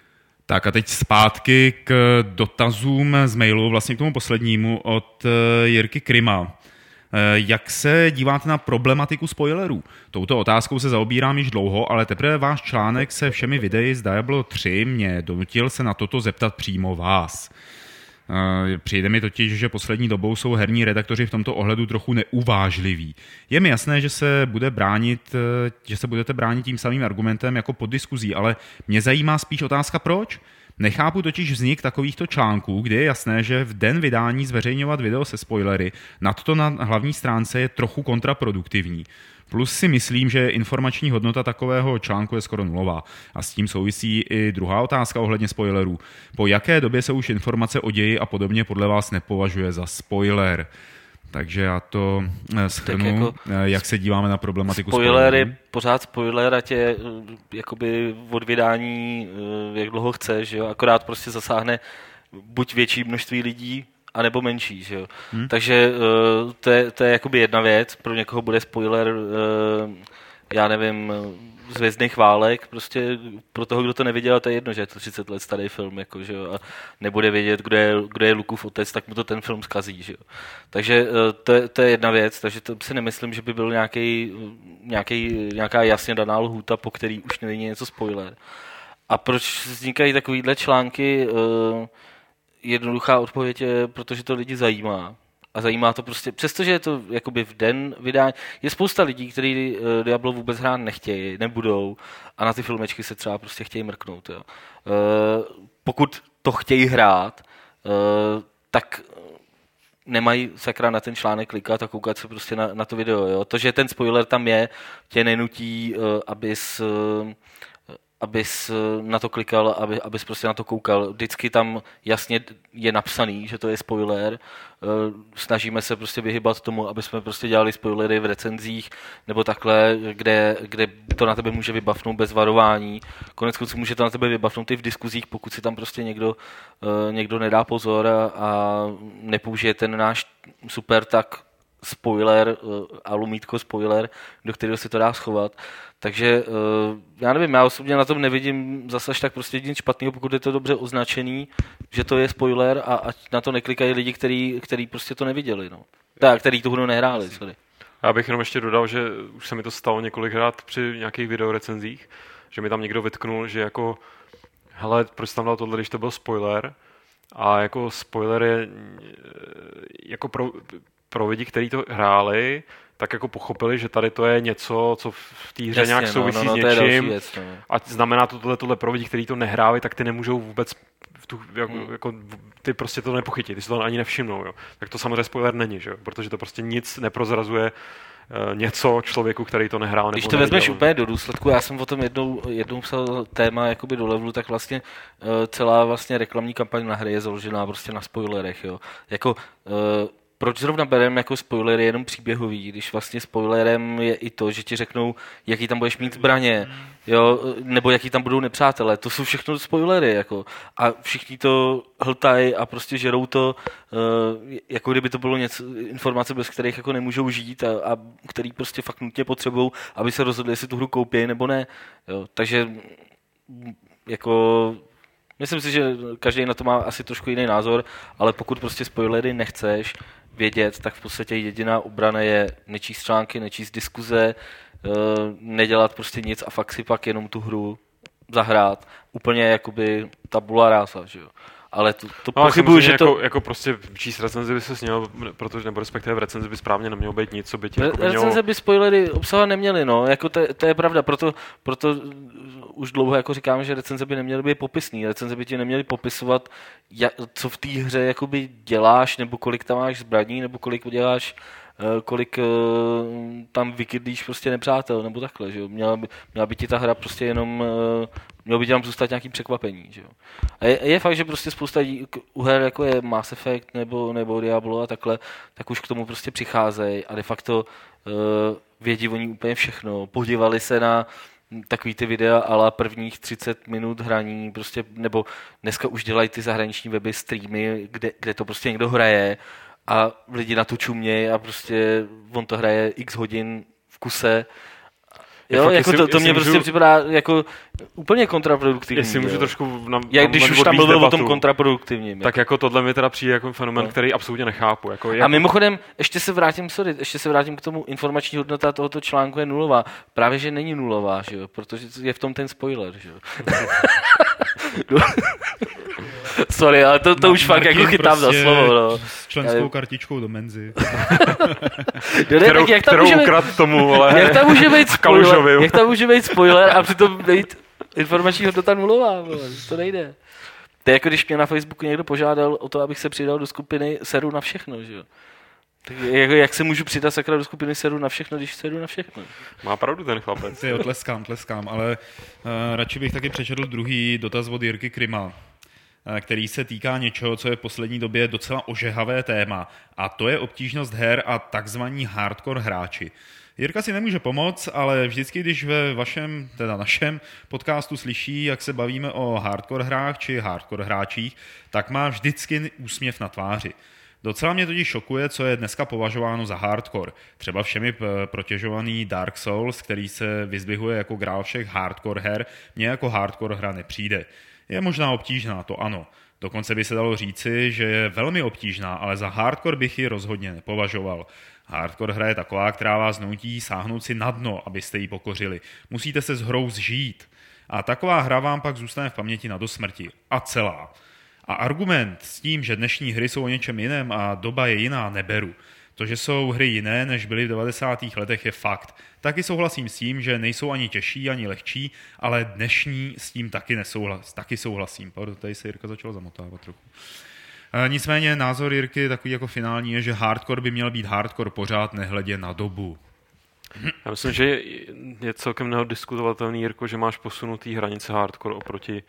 Tak a teď zpátky k dotazům z mailu, vlastně k tomu poslednímu od Jirky Kryma. Jak se díváte na problematiku spoilerů? Touto otázkou se zaobírám již dlouho, ale teprve váš článek se všemi videi z Diablo 3 mě donutil se na toto zeptat přímo vás. Přijde mi totiž, že poslední dobou jsou herní redaktoři v tomto ohledu trochu neuvážliví. Je mi jasné, že se budete bránit tím samým argumentem jako pod diskuzí, ale mě zajímá spíš otázka proč. Nechápu totiž vznik takovýchto článků, kdy je jasné, že v den vydání zveřejňovat video se spoilery, nadto na hlavní stránce je trochu kontraproduktivní. Plus si myslím, že informační hodnota takového článku je skoro nulová. A s tím souvisí i druhá otázka ohledně spoilerů. Po jaké době se už informace o ději a podobně podle vás nepovažuje za spoiler? Takže já to shrnu, jako jak se díváme na problematiku spoiler je pořád spoiler, ať je jakoby od vydání jak dlouho chceš, jo? Akorát prostě zasáhne buď větší množství lidí, anebo menší, že jo. Takže to je jakoby jedna věc, pro někoho bude spoiler, já nevím, z Hvězdných válek, prostě pro toho, kdo to neviděl, to je jedno, že je to 30 let starý film, jako, že jo, a nebude vědět, kdo je Lukův otec, tak mu to ten film zkazí, že jo. Takže to je jedna věc, takže to si nemyslím, že by byl nějaká jasně daná lhůta, po který už není něco spoiler. A proč vznikají takovýhle články? Jednoduchá odpověď je, protože to lidi zajímá. A zajímá to prostě, přestože je to jakoby v den vydání, je spousta lidí, kteří Diablo vůbec hrát nechtějí, nebudou a na ty filmečky se třeba prostě chtějí mrknout. Jo. Pokud to chtějí hrát, tak nemají sakra na ten článek klikat a koukat se prostě na to video. Jo. To, že ten spoiler tam je, tě nenutí, abys na to klikal, abys prostě na to koukal. Vždycky tam jasně je napsaný, že to je spoiler. Snažíme se prostě vyhybat tomu, aby jsme prostě dělali spoilery v recenzích nebo takhle, kde to na tebe může vybafnout bez varování. Koneckonců může to na tebe vybafnout i v diskuzích, pokud si tam prostě někdo nedá pozor a nepoužije ten náš super tak spoiler a lumítko spoiler, do kterého si to dá schovat. Takže já nevím, já osobně na tom nevidím zase tak prostě nic špatného, pokud je to dobře označený, že to je spoiler a ať na to neklikají lidi, který prostě to neviděli. No. Tak, který tu hru nehráli. Sorry. Já bych jenom ještě dodal, že už se mi to stalo několikrát při nějakých videorecenzích, že mi tam někdo vytknul, že jako hele, proč tam dal tohle, když to byl spoiler, a jako spoiler je jako pro lidi, kteří to hráli, tak jako pochopili, že tady to je něco, co v té hře nějak souvisí s něčím. A znamená to tohle pro lidi, kteří to nehráli, tak ty nemůžou vůbec jako ty prostě to nepochytí, ty si to ani nevšimnou. Jo. Tak to samozřejmě spoiler není, že? Protože to prostě nic neprozrazuje něco člověku, který to nehrál. Když to vezmeš úplně do důsledku, já jsem o tom jednou psal téma jakoby do levelu, tak vlastně celá vlastně reklamní kampaň na hry je založená prostě na spoilerech. Jo. Jako proč zrovna bereme jako spoilery jenom příběhový, když vlastně spoilerem je i to, že ti řeknou, jaký tam budeš mít zbraně, jo, nebo jaký tam budou nepřátelé. To jsou všechno spoilery, jako. A všichni to hltají a prostě žerou to, jako kdyby to bylo informace, bez kterých jako nemůžou žít a který prostě fakt nutně potřebují, aby se rozhodli, jestli tu hru koupí nebo ne. Jo. Takže jako myslím si, že každý na to má asi trošku jiný názor, ale pokud prostě spoilery nechceš vědět, tak v podstatě jediná obrana je nečíst články, nečíst diskuze, nedělat prostě nic a fakt si pak jenom tu hru zahrát. Úplně jakoby tabula rasa, že jo. Ale to pochybuju, že to... Jako prostě číst recenzi by se směl, protože nebo respektive v recenzi by správně nemělo být nic, co by ti jako recenze by spoilery obsahovat neměly, no. Jako to je pravda, proto už dlouho jako říkám, že recenze by neměly být popisný. Recenze by ti neměly popisovat, co v té hře jakoby děláš, nebo kolik tam máš zbraní, nebo kolik děláš, kolik tam vykydlíš prostě nepřátel, nebo takhle, že jo. Měla by ti ta hra prostě jenom... Mělo by tam zůstat nějaký překvapení, že jo. A je fakt, že prostě spousta u her, jako je Mass Effect nebo Diablo a takhle, tak už k tomu prostě přicházejí a de facto vědí oni úplně všechno. Podívali se na takový ty videa ala prvních 30 minut hraní, prostě, nebo dneska už dělají ty zahraniční weby, streamy, kde to prostě někdo hraje a lidi na to čumějí a prostě on to hraje x hodin v kuse. Jo, jako to mě prostě připadá jako úplně kontraproduktivní. Jestli můžu trošku... Když už tam mluvil o tom kontraproduktivním. Tak jako tohle mi teda přijde jako fenomén, který absolutně nechápu. A mimochodem, ještě se vrátím k tomu, informační hodnota tohoto článku je nulová. Právě, že není nulová, že jo? Protože je v tom ten spoiler, že jo? Sorry, ale to už fakt jako chytám za slovo. No. S členskou kartičkou do Menzy. Kterou ukradl tomu, ale jak tam může být spoiler a přitom být informační hodnota nulová, to nejde. To je jako když mě na Facebooku někdo požádal o to, abych se přidal do skupiny Seru na všechno, že jo. Tak jak se můžu přidat sakra do skupiny Seru na všechno, když seru na všechno? Má pravdu ten chlapec. Jo, tleskám, ale radši bych taky přečetl druhý dotaz od Jirky Kryma, který se týká něčeho, co je v poslední době docela ožehavé téma, a to je obtížnost her a takzvaní hardcore hráči. Jirka si nemůže pomoct, ale vždycky, když ve vašem, teda našem podcastu slyší, jak se bavíme o hardcore hrách či hardcore hráčích, tak má vždycky úsměv na tváři. Docela mě totiž šokuje, co je dneska považováno za hardcore. Třeba všemi protěžovaný Dark Souls, který se vyzdvihuje jako grál všech hardcore her, mně jako hardcore hra nepřijde. Je možná obtížná, to ano. Dokonce by se dalo říci, že je velmi obtížná, ale za hardcore bych ji rozhodně nepovažoval. Hardcore hra je taková, která vás nutí sáhnout si na dno, abyste ji pokořili. Musíte se s hrou zžít. A taková hra vám pak zůstane v paměti na dosmrti. A celá. A argument s tím, že dnešní hry jsou o něčem jiném a doba je jiná, neberu. To, že jsou hry jiné, než byly v 90. letech, je fakt. Taky souhlasím s tím, že nejsou ani těžší, ani lehčí, ale dnešní s tím taky souhlasím. Pardon, tady se Jirka začal zamotávat trochu. Nicméně názor Jirky takový jako finální je, že hardcore by měl být hardcore pořád, nehledě na dobu. Já myslím, že je celkem neodiskutovatelný, Jirko, že máš posunutý hranice hardcore oproti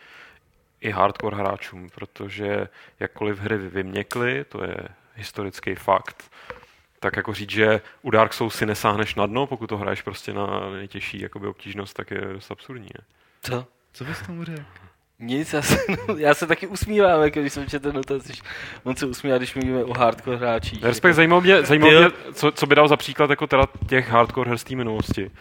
i hardcore hráčům, protože jakkoliv hry vyměkly, to je historický fakt, tak jako říct, že u Dark Souls si nesáhneš na dno, pokud to hraješ prostě na nejtěžší jakoby obtížnost, tak je dost absurdní. Ne? Co bys tomu řekl? Nic, já se taky usmívám, jako když jsem četl dotaz, on se usmívá, když mluvíme o hardcore hráčích. Respekt, zajímalo mě co by dal za příklad jako teda těch hardcore her z té minulosti.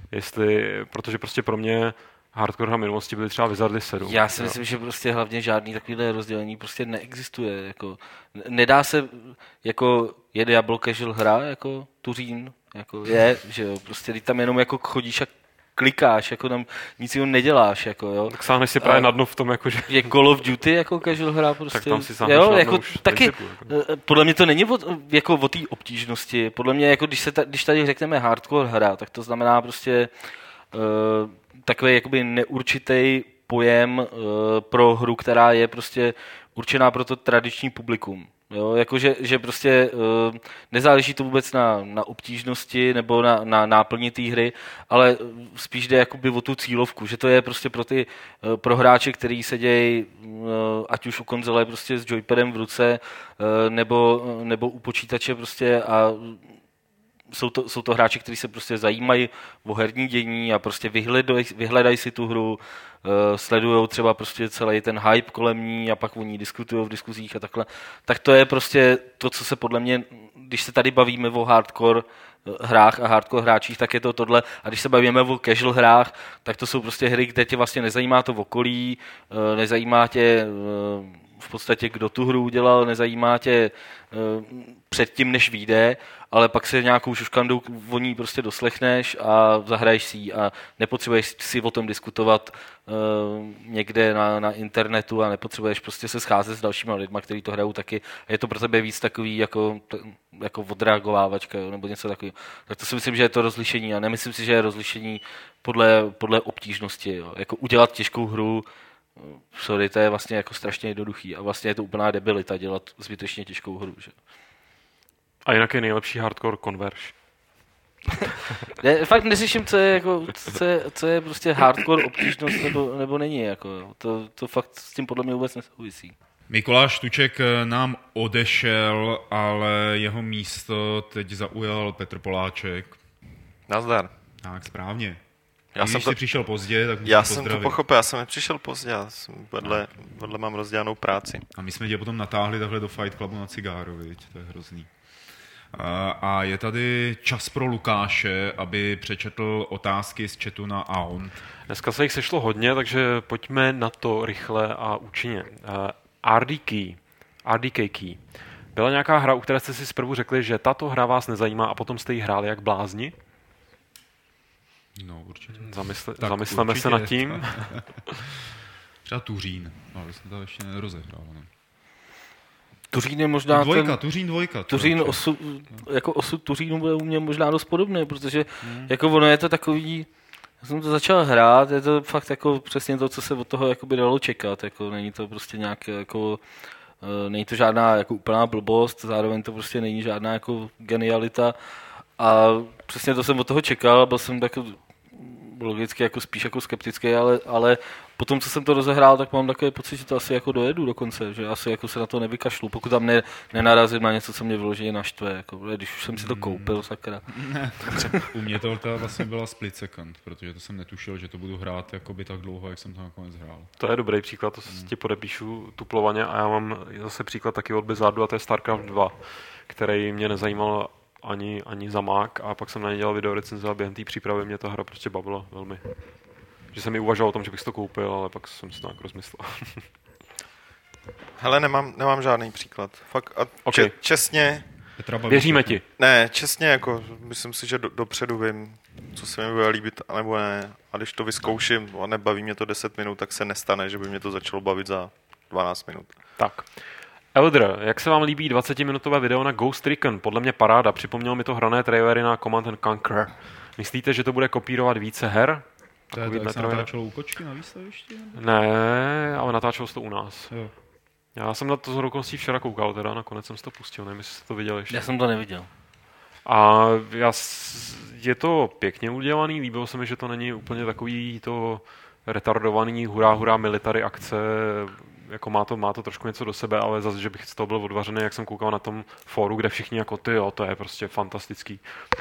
Protože prostě pro mě hardcore hra minulosti byly třeba Wizardy 7. Já si myslím, že prostě hlavně žádný takovýhle rozdělení prostě neexistuje. Jako, nedá se, jako je Diablo casual hra, jako Turín, jako je, že jo, prostě ty tam jenom jako chodíš a klikáš, jako tam nic jiného neděláš, jako jo. Tak sáhneš si právě na dno v tom, jako že... Je Call of Duty jako casual hra prostě. Tak tam si sáhneš na dno jako, už taky, jako. Podle mě to není o té obtížnosti. Podle mě, jako když tady řekneme hardcore hra, tak to znamená prostě takový jakoby neurčitý pojem pro hru, která je prostě určená pro to tradiční publikum. Jo, jakože že prostě nezáleží to vůbec na obtížnosti nebo na náplni té hry, ale spíš jde jakoby o tu cílovku, že to je prostě pro hráče, který sedějí ať už u konzole prostě s joypadem v ruce nebo u počítače prostě a jsou to hráči, kteří se prostě zajímají o herní dění a prostě vyhledají si tu hru, sledujou třeba prostě celý ten hype kolem ní a pak o ní diskutují v diskuzích a takhle. Tak to je prostě to, co se podle mě, když se tady bavíme o hardcore hrách a hardcore hráčích, tak je to tohle. A když se bavíme o casual hrách, tak to jsou prostě hry, kde tě vlastně nezajímá to okolí, nezajímá tě v podstatě, kdo tu hru udělal, nezajímá tě předtím, než vyjde, ale pak se nějakou šuškandou o ní prostě doslechneš a zahraješ si ji a nepotřebuješ si o tom diskutovat někde na internetu a nepotřebuješ prostě se scházet s dalšíma lidma, kteří to hrajou taky. A je to pro tebe víc takový jako odreagovávačka, jo, nebo něco takového. Tak to si myslím, že je to rozlišení a nemyslím si, že je rozlišení podle obtížnosti. Jo. Jako udělat těžkou hru, sorry, to je vlastně jako strašně jednoduchý a vlastně je to úplná debilita dělat zbytečně těžkou hru. Že? A jinak je nejlepší hardcore Converge. Fakt neslyším, co je prostě hardcore obtížnost nebo není. Jako. To fakt s tím podle mě vůbec nesouvisí. Mikuláš Tuček nám odešel, ale jeho místo teď zaujal Petr Poláček. Nazdar. Tak, správně. Když jsi přišel pozdě, tak musím Já pozdravit. jsem to pochopil, já jsem nepřišel pozdě, já jsem vedle mám rozdělanou práci. A my jsme tě potom natáhli takhle do Fight Clubu na cigáro, viď? To je hrozný. A je tady čas pro Lukáše, aby přečetl otázky z chatu na Aunt. Dneska se jich sešlo hodně, takže pojďme na to rychle a účinně. RDK Key. Byla nějaká hra, u které jste si zprvu řekli, že tato hra vás nezajímá a potom jste ji hráli jak blázni? No, určitě. Zamysleme se nad tím. Třeba Tuřín, ale jsem to ještě nerozehrál. Ne? Tuřín je možná Tuřín dvojka. Tuřín jako osud Tuřínu bude u mě možná dost podobný, protože jako ono je to takový, já jsem to začal hrát, je to fakt jako přesně to, co se od toho jakoby dalo čekat, jako není to prostě nějak jako, není to žádná jako úplná blbost, zároveň to prostě není žádná jako genialita a přesně to jsem od toho čekal, byl jsem tak logicky jako spíš jako skeptický, ale potom, co jsem to rozehrál, tak mám takový pocit, že to asi jako dojedu dokonce, že asi jako se na to nevykašlu, pokud tam nenarazím na něco, co mě vyloženě naštve, jako, když už jsem si to koupil, sakra. U mě to vlastně byla split second, protože to jsem netušil, že to budu hrát jakoby tak dlouho, jak jsem to nakonec hrál. To je dobrý příklad, to ti podepíšu tuplovaně a já mám zase příklad taky od Blizzardu a to je StarCraft 2, který mě nezajímal ani zamák a pak jsem na ně dělal video recenze a během té přípravy mě ta hra prostě bavila velmi. Že jsem mi uvažoval o tom, že bych si to koupil, ale pak jsem si to nějak rozmyslel. Hele, nemám žádný příklad. Fakt a okay. Čestně... Věříme ti. Ne, čestně, jako myslím si, že dopředu vím, co se mi bude líbit, anebo ne. A když to vyzkouším a nebaví mě to 10 minut, tak se nestane, že by mě to začalo bavit za 12 minut. Tak. Elder, jak se vám líbí 20-minutové video na Ghost Recon? Podle mě paráda. Připomnělo mi to hrané trailery na Command & Conquer. Myslíte, že to bude kopírovat více her? To je to, jak se natáčelo u kočky na výstavišti? Ne, ale natáčelo se to u nás. Jo. Já jsem na to z okolností včera koukal, teda nakonec jsem si to pustil, nevím, jestli jste to viděl ještě. Já jsem to neviděl. A je to pěkně udělaný, líbilo se mi, že to není úplně takový to retardovaný hurá military akce, jako má to trošku něco do sebe, ale zase, že bych z toho byl odvařený, jak jsem koukal na tom fóru, kde všichni jako to je prostě fantastický.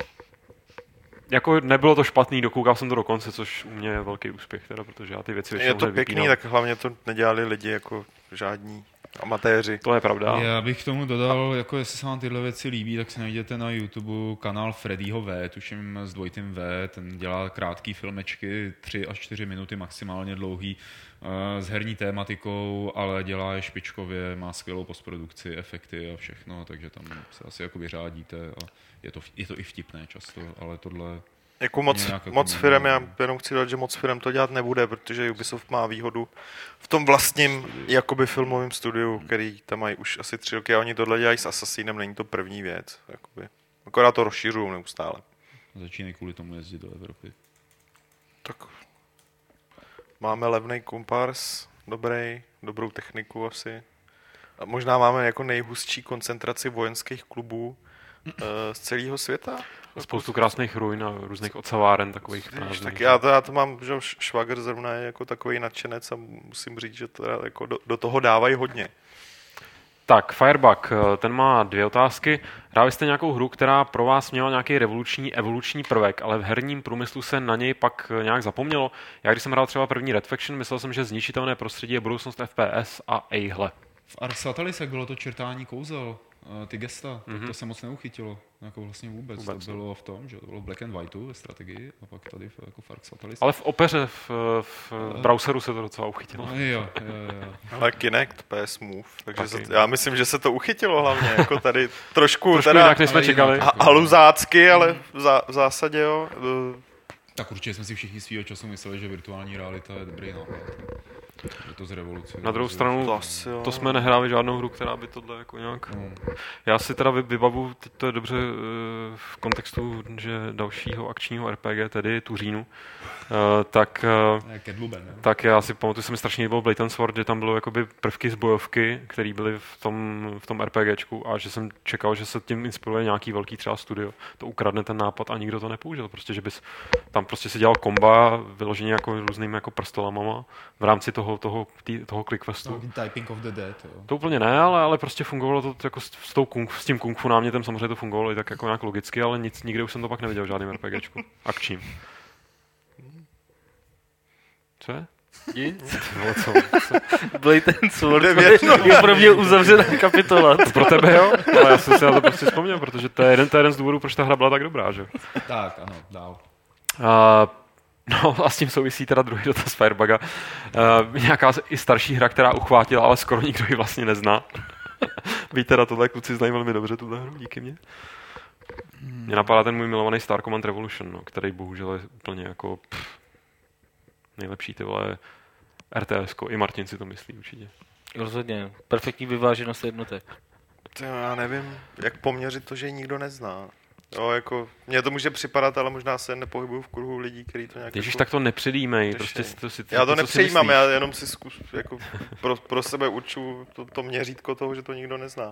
Jako nebylo to špatný, dokoukal jsem to do konce, což u mě je velký úspěch, teda, protože já ty věci většinou je to pěkný, tak hlavně to nedělali lidi jako žádní amatéři. To je pravda. Já bych k tomu dodal, jako jestli se vám tyhle věci líbí, tak si najděte na YouTube kanál Freddyho V, tuším s dvojitým V, ten dělá krátký filmečky, 3 až 4 minuty maximálně dlouhý, s herní tématikou, ale dělá je špičkově, má skvělou postprodukci, efekty a všechno, takže tam se asi jako vyřádíte a je to i vtipné často, ale tohle... Jako moc firem, já jenom chci dát, že moc firem to dělat nebude, protože Ubisoft má výhodu v tom vlastním jakoby filmovém studiu, který tam mají už asi 3 roky a oni tohle dělají s Assassinem, není to první věc. Jakoby. Akorát to rozšiřují neustále. Začínají kvůli tomu jezdit do Evropy. Tak máme levný kompars, dobrou techniku asi. A možná máme jako nejhustší koncentraci vojenských klubů z celého světa. Spoustu krásných ruin a různých oceláren, takových prázdných. Tak já to mám, že švagr zrovna je jako takový nadšenec a musím říct, že to jako do toho dávají hodně. Tak, Firebug, ten má 2 otázky. Hráli jste nějakou hru, která pro vás měla nějaký evoluční prvek, ale v herním průmyslu se na něj pak nějak zapomnělo? Já když jsem hrál třeba první Red Faction, myslel jsem, že zničitelné prostředí je budoucnost FPS a ejhle. V Ars Fatalisech bylo to čertání kouzel, ty gesta, to se moc neuchytilo, jako vlastně vůbec. To bylo v tom, že to bylo v Black and Whiteu ve strategii a pak tady jako v Ars Fatalis. Ale v opeře, v browseru se to docela uchytilo. Jo. Ale Kinect, PS Move, takže já myslím, že se to uchytilo hlavně, jako tady trošku teda jinak, než jsme čekali. Haluzácky, ale v zásadě jo. Tak určitě jsme si všichni svýho času mysleli, že virtuální realita je dobrý nápad. Je to z revoluce. Na druhou stranu, to jsme nehráli žádnou hru, která by tohle jako nějak... Já si teda vybavu, teď to je dobře v kontextu, že dalšího akčního RPG, tedy Tuřínu, tak já si pamatuju, že se mi strašně líbilo Blade & Sword, že tam bylo jakoby prvky z bojovky, které byly v tom RPGčku a že jsem čekal, že se tím inspiruje nějaký velký třeba studio. To ukradne ten nápad a nikdo to nepoužil. Prostě, že bys tam prostě si dělal komba vyloženě jako různými jako prstolamama v rámci toho clickfestu. Typing of the Dead, jo. To úplně ne, ale prostě fungovalo to jako s tím kung fu námětem, samozřejmě to fungovalo i tak jako nějak logicky, ale nikde už jsem to pak neviděl v žádném RPGčku. Akčním. Co je? Nic. Co? Blade and Sword je pro mě uzavřená kapitola. Pro tebe jo, ale já jsem si na to prostě vzpomněl, protože to je jeden z důvodů, proč ta hra byla tak dobrá, že? Tak, ano, dál. No a s tím souvisí teda druhý dotaz Firebuga. Nějaká i starší hra, která uchvátila, ale skoro nikdo ji vlastně nezná. Víte, teda tohle kluci znají velmi dobře tuhle hru, díky mě. Mě napadá ten můj milovaný Star Command Revolution, no, který bohužel je úplně jako nejlepší ty vole RTS-ko. I Martin si to myslí určitě. Rozhodně. Perfektní vyváženost jednotek. Já nevím, jak poměřit to, že ji nikdo nezná. Jo, jako, mně to může připadat, ale možná se nepohybuju v kruhu lidí, kteří to nějak... Ježiš, jako tak to nepředjímej. Prostě já to nepředjímám, já jenom si jako pro sebe určuju to měřítko toho, že to nikdo nezná.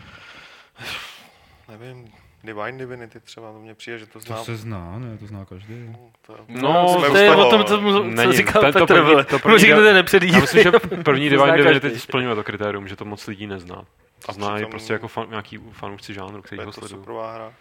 Nevím, Divine Divinity třeba, to mně přijde, že to zná. To se zná, ne? To zná každý. To je o tom, co říkal Petr, vole. Možná to nepředjímá. Já myslím, že první Divine Divinity splňuje to kritérium, že to moc lidí nezná. A zná i prostě jako nějaký fanoušci žánru, který ho sledují. Hra.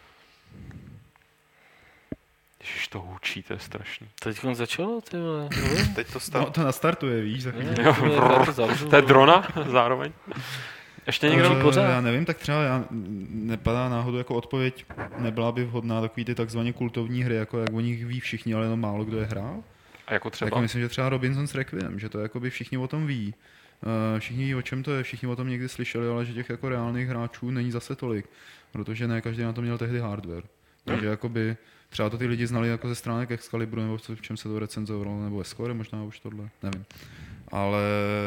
Ježiš, to hučí, to je strašný. Teď začalo, ty vole. Teď to stalo. No, to nastartuje, víš, za chvíli. To je drona zároveň. Ještě někdo? Já nevím, tak třeba nepadá náhodou jako odpověď, nebyla by vhodná takový ty takzvaně kultovní hry, jako jak o nich ví všichni, ale jenom málo kdo je hrál. A jako třeba? Tak myslím, že třeba Robinson's Requiem, že to jakoby všichni o tom ví. Všichni ví, o čem to je, všichni o tom někdy slyšeli, ale že těch jako reálných hráčů není zase tolik, protože ne každý na to měl tehdy hardware. Takže jakoby třeba to ty lidi znali jako ze stránek Excalibru, nebo v čem se to recenzovalo, nebo Escore, možná už tohle, nevím. Ale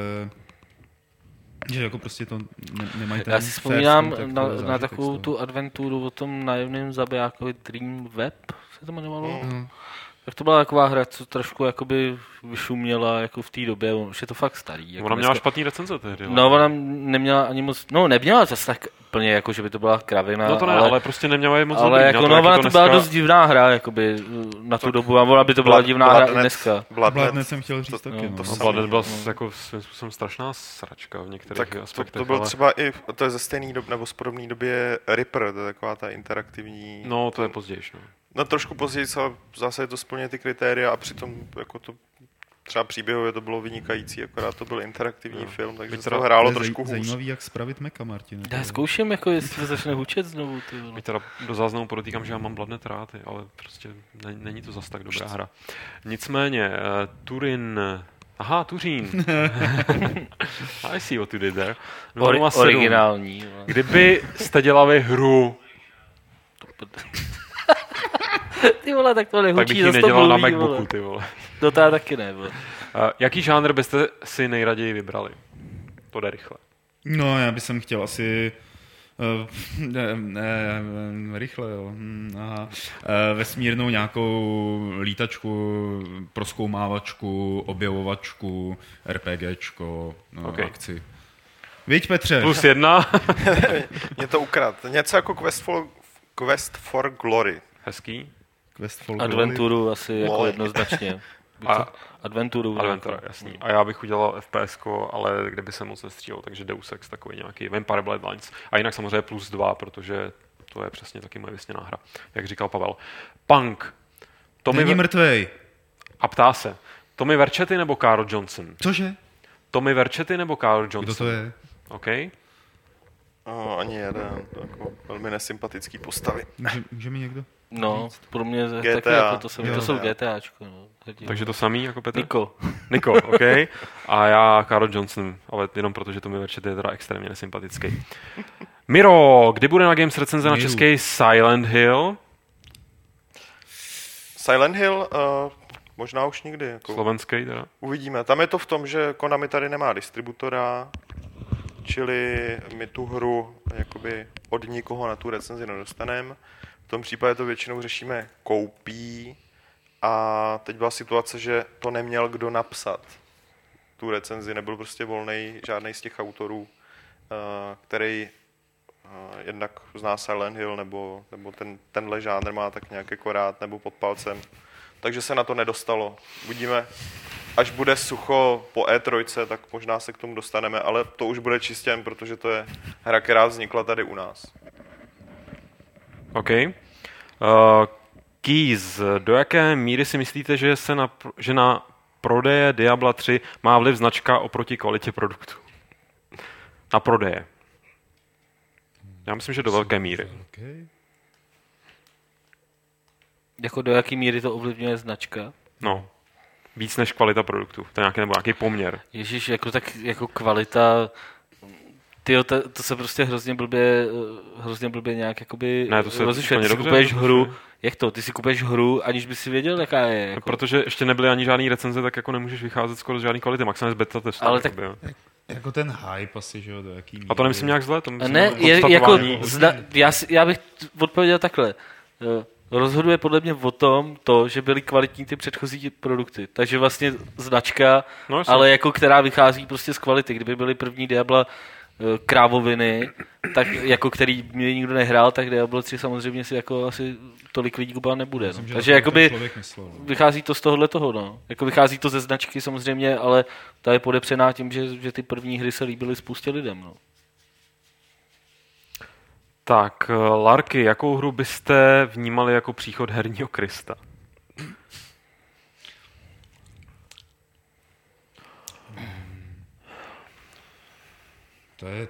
že jako prostě to nemají ten... Já si vzpomínám na takovou tu adventuru o tom naivném zabijákovi Dream Web, se to jmenovalo? Tak to byla taková hra, co trošku jakoby vyšuměla jako v té době, už je to fakt starý. Jako ona měla špatný recenze tehdy. No, ona neměla ani moc, neměla zase tak úplně, jako že by to byla kravina. No to ne, ale prostě neměla je moc ale dobrý. Jako, ona to byla dost divná hra, jakoby na tu dobu, a ona by to byla divná hra i dneska. Bloodnet jsem chtěl říct taky. Bloodnet byl jako svým způsobem strašná sračka v některých aspektech. To byl třeba i, to je ze stejné doby, nebo z podobné době Ripper, to je taková ta interaktivní... No, to je později, no. No trošku později, ale zase to splňuje ty kritéria a přitom jako to třeba příběhově to bylo vynikající, akorát to byl interaktivní film, takže se to hrálo trošku hůř. Zajímavý, jak spravit Mecha, Martin. Já zkouším, jako jestli začne hučet znovu. My teda do záznamu podotýkám, že já mám Bloodnet rád, ale prostě není to zas tak dobrá hra. Nicméně, Turín. I see what you did there. Originální. Kdyby jste dělali hru... Ty vole, tak to nehučí. Tak bych ji nedělal na MacBooku, ty vole. No to taky ne, vole. Jaký žánr byste si nejraději vybrali? To jde rychle. No, já bych chtěl asi... rychle, jo. Vesmírnou nějakou lítačku, prozkoumávačku, objevovačku, RPGčko, akci. Víď, Petře. +1. Mě to ukrad. Něco jako Quest for Glory. Hezký. Adventuru asi jako jednoznačně. Adventuru, jasný. A já bych udělal FPSko, ale kdyby se moc nestřílel, takže Deus Ex, takový nějaký Vampire Bloodlines. A jinak samozřejmě +2, protože to je přesně taky moje vysněná hra, jak říkal Pavel. Punk. Není mrtvej. A ptá se, Tommy Vercetti nebo Carl Johnson? Cože? Tommy Vercetti nebo Carl Johnson? Kdo to je? OK. Ani jeden, jako velmi nesympatický postavy. Může mi někdo? No, pro mě GTA. taky jako to jsou GTAčko. No. Takže to samý jako Petr? Niko, OK. A já Carl Johnson, ale jenom protože to mi Vercetti je teda extrémně nesympatický. Miro, kdy bude na Games recenze na český Silent Hill? Silent Hill, možná už nikdy. Jako slovenský teda? Uvidíme. Tam je to v tom, že Konami tady nemá distributora, čili my tu hru jakoby od nikoho na tu recenzi nedostaneme. V tom případě to většinou řešíme koupí a teď byla situace, že to neměl kdo napsat. Tu recenzi nebyl prostě volnej žádnej z těch autorů, který jednak zná Silent Hill nebo tenhle žánr má tak nějak jako rád nebo pod palcem. Takže se na to nedostalo. Uvidíme, až bude sucho po E3, tak možná se k tomu dostaneme, ale to už bude čistě jen, protože to je hra, která vznikla tady u nás. OK. Keys, do jaké míry si myslíte, že na prodeje Diabla 3 má vliv značka oproti kvalitě produktu? Na prodeje. Já myslím, že do velké míry. Okay. Jako do jaký míry to ovlivňuje značka? No. Víc než kvalita produktu. To je nějaký poměr. Ježíš, jako kvalita... Tyjo, to se prostě hrozně blbě nějak jakoby rozlišuje. Ty si kupuješ hru, jak to? Ty si kupuješ hru, aniž by si věděl, jaká je. Jako. Protože ještě nebyly ani žádný recenze, tak jako nemůžeš vycházet skoro z žádný kvality. Maximálně z beta testu. Ale tak... Jako ten hype asi, že jo, do jaký míry. A to nemyslím nějak zle, to myslím ne, já bych odpověděl takhle. Rozhoduje podle mě o tom to, že byly kvalitní ty předchozí produkty. Takže vlastně značka, ale jako která vychází prostě z kvality. Kdyby byly první Diabla krávoviny, tak jako který mě nikdo nehrál, tak Diablo 3 samozřejmě si jako asi tolik lidí kupovat nebude. Myslím, no. Takže jakoby vychází to z tohohle toho, no. Jako vychází to ze značky samozřejmě, ale ta je podepřená tím, že ty první hry se líbily spoustě lidem, no. Tak, Larky, jakou hru byste vnímali jako příchod herního Krista? To je.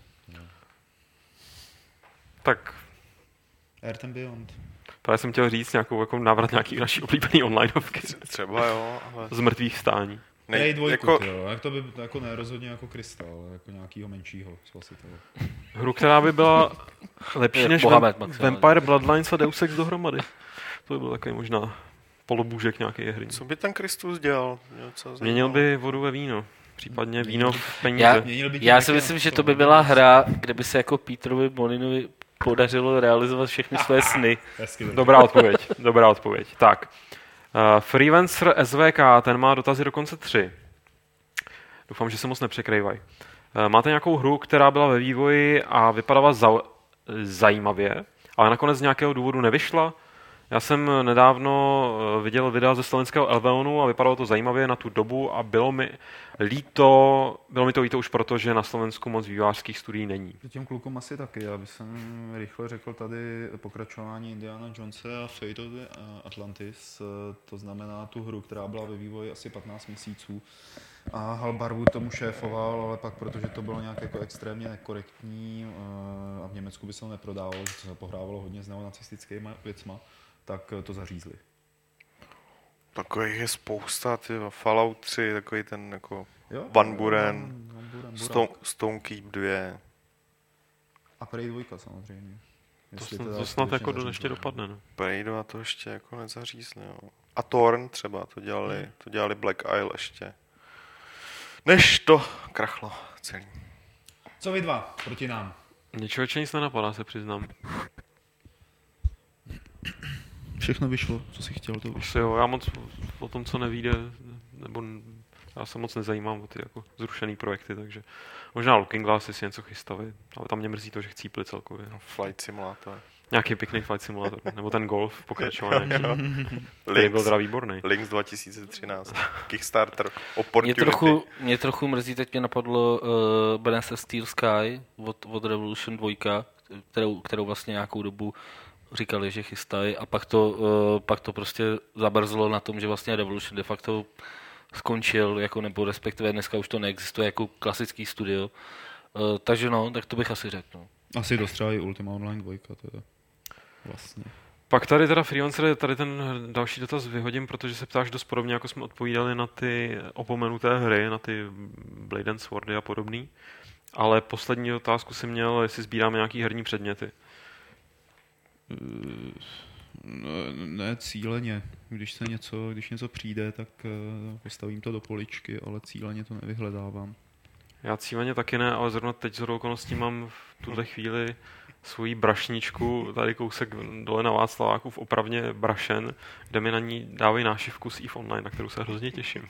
Tak. Earth and Beyond. Právě jsem chtěl říct nějakou jako návrat nějaký naší oblíbený onlineovky. Třeba jo, ale... Z mrtvých stání. Nej dvojku, jako... jo. Jak to by jako ne rozhodně jako Krista, ale jako nějakýho menšího spasitele. Hru, která by byla lepší než Vampire Bloodlines a Deus Ex dohromady. To by byl takový možná polobůžek nějaký hry. Co by ten Kristus dělal? Měnil by vodu ve víno. Případně víno v peníze. Já si myslím, že to by byla hra, kde by se jako Peterovi Molinovi podařilo realizovat všechny své sny. Dobrá odpověď. Tak. Freelancer SVK, ten má dotazy dokonce 3. Doufám, že se moc nepřekrývají. Máte nějakou hru, která byla ve vývoji a vypadala zajímavě, ale nakonec z nějakého důvodu nevyšla? Já jsem nedávno viděl videa ze slovenského Elveonu a vypadalo to zajímavě na tu dobu a bylo mi to líto už proto, že na Slovensku moc vývojářských studií není. Těm klukům asi taky. Já bych rychle řekl tady pokračování Indiana Jonese a Fate of the Atlantis. To znamená tu hru, která byla ve vývoji asi 15 měsíců. A Hal Barwood tomu šéfoval, ale pak, protože to bylo nějak jako extrémně nekorektní a v Německu by se to neprodávalo, že se pohrávalo hodně s neonacistickými věcma, tak to zařízli. Takových je spousta, Fallout 3, takový ten jako Van Buren, Stone Keep 2. A Prey 2 samozřejmě. To snad jako ještě dopadne. No. Prey 2 to ještě jako nezařízli. Jo. A Thorn třeba, to dělali Black Isle ještě. Než to krachlo celý. Co vy dva proti nám? Ničeho nic nenapadá, se přiznám. Všechno vyšlo, co jsi chtěl, to vyšlo. Jo, já moc o tom, co nevíde, nebo já se moc nezajímám o ty jako zrušený projekty, takže možná Looking Glass si něco chystali, ale tam mě mrzí to, že chcípli celkově. No, Flight Simulator. Nějaký pěkný Flight Simulator, nebo ten Golf pokračování, který byl teda výborný. Lynx 2013, Kickstarter, Opportunity. Mě trochu mrzí, teď mě napadlo Banner Steel Sky od Revolution 2, kterou vlastně nějakou dobu říkali, že chystají a pak to prostě zabrzlo na tom, že vlastně Revolution de facto skončil, jako nebo respektive dneska už to neexistuje jako klasický studio. Takže no, tak to bych asi řekl. No. Asi dost třeba i Ultima Online 2 teda. Vlastně. Pak tady teda Freelancer, tady ten další dotaz vyhodím, protože se ptáš dost podobně, jako jsme odpovídali na ty opomenuté hry, na ty Blade and Swordy a podobný. Ale poslední otázku si měl, jestli sbíráme nějaký herní předměty. Ne cíleně. Když něco přijde, tak postavím to do poličky, ale cíleně to nevyhledávám. Já cíleně taky ne, ale zrovna teď z okolností mám v tuhle chvíli svoji brašničku, tady kousek dole na Václaváku v opravně Brašen, kde mi na ní dávají nášivku z EVE Online, na kterou se hrozně těším.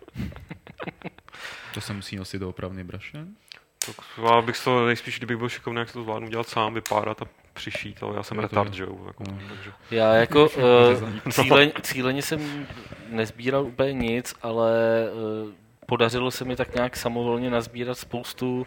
To se musí nosit do opravny Brašen? Tak já bych to nejspíš, kdybych byl šikovný, jak se to zvládnu dělat sám, vypárat a přišít, ale já jsem retard, že jo. Jako, takže. Já jako cíleně jsem nezbíral úplně nic, ale podařilo se mi tak nějak samovolně nazbírat spoustu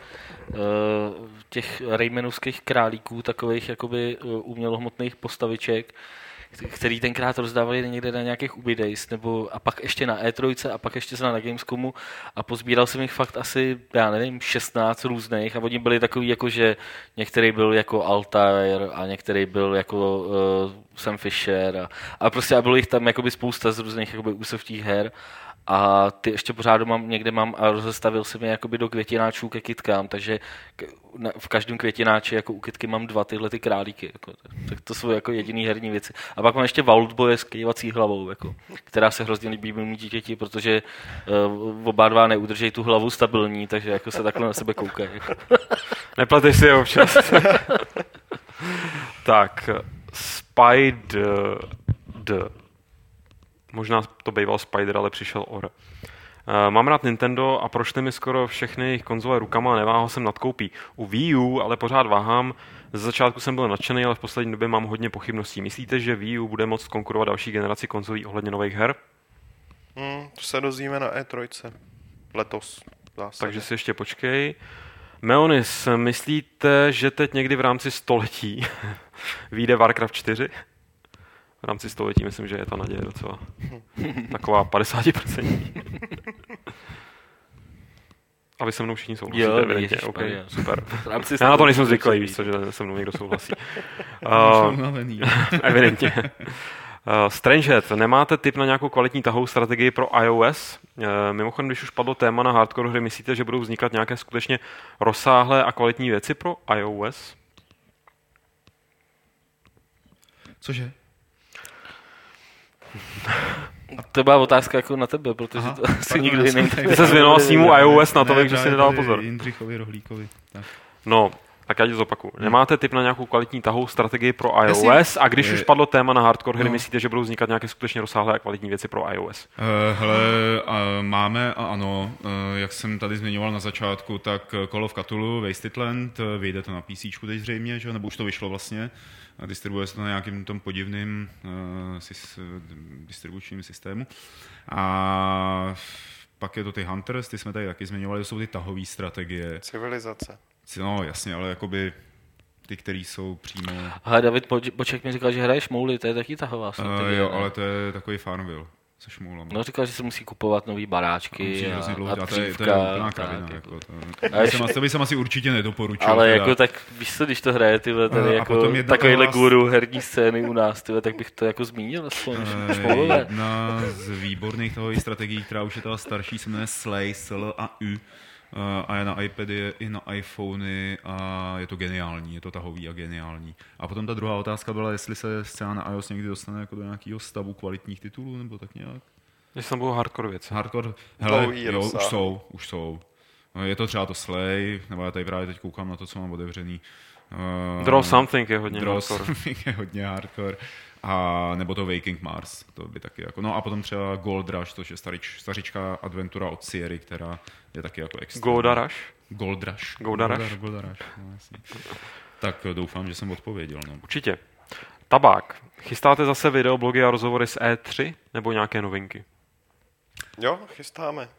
těch Raymanovských králíků, takových jakoby umělohmotných postaviček, který tenkrát rozdávali někde na nějakých Ubi Days, nebo a pak ještě na E3 a pak ještě na Gamescomu a pozbíral jsem jich fakt asi, já nevím, 16 různých a oni byli takový, jako že některý byl jako Altair a některý byl jako Sam Fisher a prostě a bylo jich tam jakoby spousta z různých jakoby úsovtích her. A ty ještě pořád někde mám a rozestavil jsem je jakoby do květináčů ke kytkám, takže v každém květináči jako u kytky mám 2 tyhle ty králíky. Jako, tak to jsou jako jediný herní věci. A pak mám ještě Vault Boye s kývací hlavou, jako, která se hrozně líbí mému dítěti, protože oba dva neudržejí tu hlavu stabilní, takže jako se takhle na sebe koukají. Jako. Nepleteš si je občas. Tak, Spider... Možná to býval Spider, ale přišel Or. Mám rád Nintendo a prošly mi skoro všechny jejich konzole rukama a neváhal jsem nad koupí. U Wii U ale pořád váhám. Ze začátku jsem byl nadšený, ale v poslední době mám hodně pochybností. Myslíte, že Wii U bude moct konkurovat další generaci konzolí ohledně nových her? To se dozvíme na E3 letos. Takže si ještě počkej. Meonis, myslíte, že teď někdy v rámci století vyjde Warcraft 4? V rámci století myslím, že je ta naděje docela taková 50%. A vy se mnou všichni souhlasíte, evidentně. Okay, super. Já na to nejsem zvyklý, víš co, že se mnou někdo souhlasí. Evidentně. Strangehead, nemáte tip na nějakou kvalitní tahovou strategii pro iOS? Mimochodem, když už padlo téma na hardcore hry, myslíte, že budou vznikat nějaké skutečně rozsáhlé a kvalitní věci pro iOS? Cože? To byla otázka jako na tebe, protože to asi nikdo jiný. Ty se zvěnoval svýmu iOS na to, že si nedal pozor. Jindřichovi Rohlíkovi. Tak. No, tak já ti zopakuju. Nemáte tip na nějakou kvalitní tahovou strategii pro iOS? A když už padlo téma na hardcore hry, myslíte, že budou vznikat nějaké skutečně rozsáhlé a kvalitní věci pro iOS? Hele, máme a ano. Jak jsem tady zmiňoval na začátku, tak Call of Cthulhu, Wasted Land, vyjde to na PC teď zřejmě, že? Nebo už to vyšlo vlastně. Distribuje se to na nějakým tom podivným distribučním systému. A pak je to ty Hunters, ty jsme tady taky zmiňovali, to jsou ty tahové strategie. Civilizace. No jasně, ale jakoby ty, který jsou přímo... Aha, David Boček mi říkal, že hraješ Mouly, to je taky tahová strategie. Jo, ale to je takový Farmville. Se šmoulama. No říkal, že se musí kupovat nový baráčky a to je úplná kravina. Jako to by jsem asi určitě nedoporučil. Ale jako tak víš co, když to hraje tyhle tady jako takovýhle guru herní scény u nás, tyhle, tak bych to jako zmínil aspoň. Jedna z výborných toho strategií, která už je teda starší, se jmenuje Slay, S-L-A-U. A je na iPady i na iPhony a je to geniální, je to tahový a geniální. A potom ta druhá otázka byla, jestli se scéna na iOS někdy dostane jako do nějakého stavu kvalitních titulů, nebo tak nějak. Jestli tam budou hardcore věci. Hardcore, hele, jo, už jsou. Je to třeba to Slay, nebo já tady právě teď koukám na to, co mám otevřený. Draw Something je hodně hardcore. Draw Something je hodně hardcore. A nebo to Waking Mars, to by taky jako. No a potom třeba Gold Rush, to je stařičká adventura od Sierry, která je taky jako extra. Gold Rush? Gold Rush. Gold Rush. No, jasně. Tak doufám, že jsem odpověděl. No. Určitě. Tabák. Chystáte zase videoblogy a rozhovory z E3 nebo nějaké novinky? Jo, chystáme.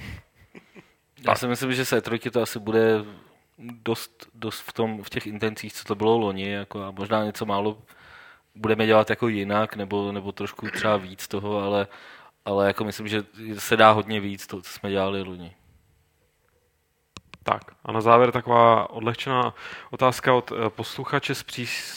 Já si myslím, že se E3 to asi bude dost v těch intencích, co to bylo loni, jako a možná něco málo budeme dělat jako jinak, nebo trošku třeba víc toho, ale jako myslím, že se dá hodně víc toho, co jsme dělali loni. Tak a na závěr taková odlehčená otázka od posluchače s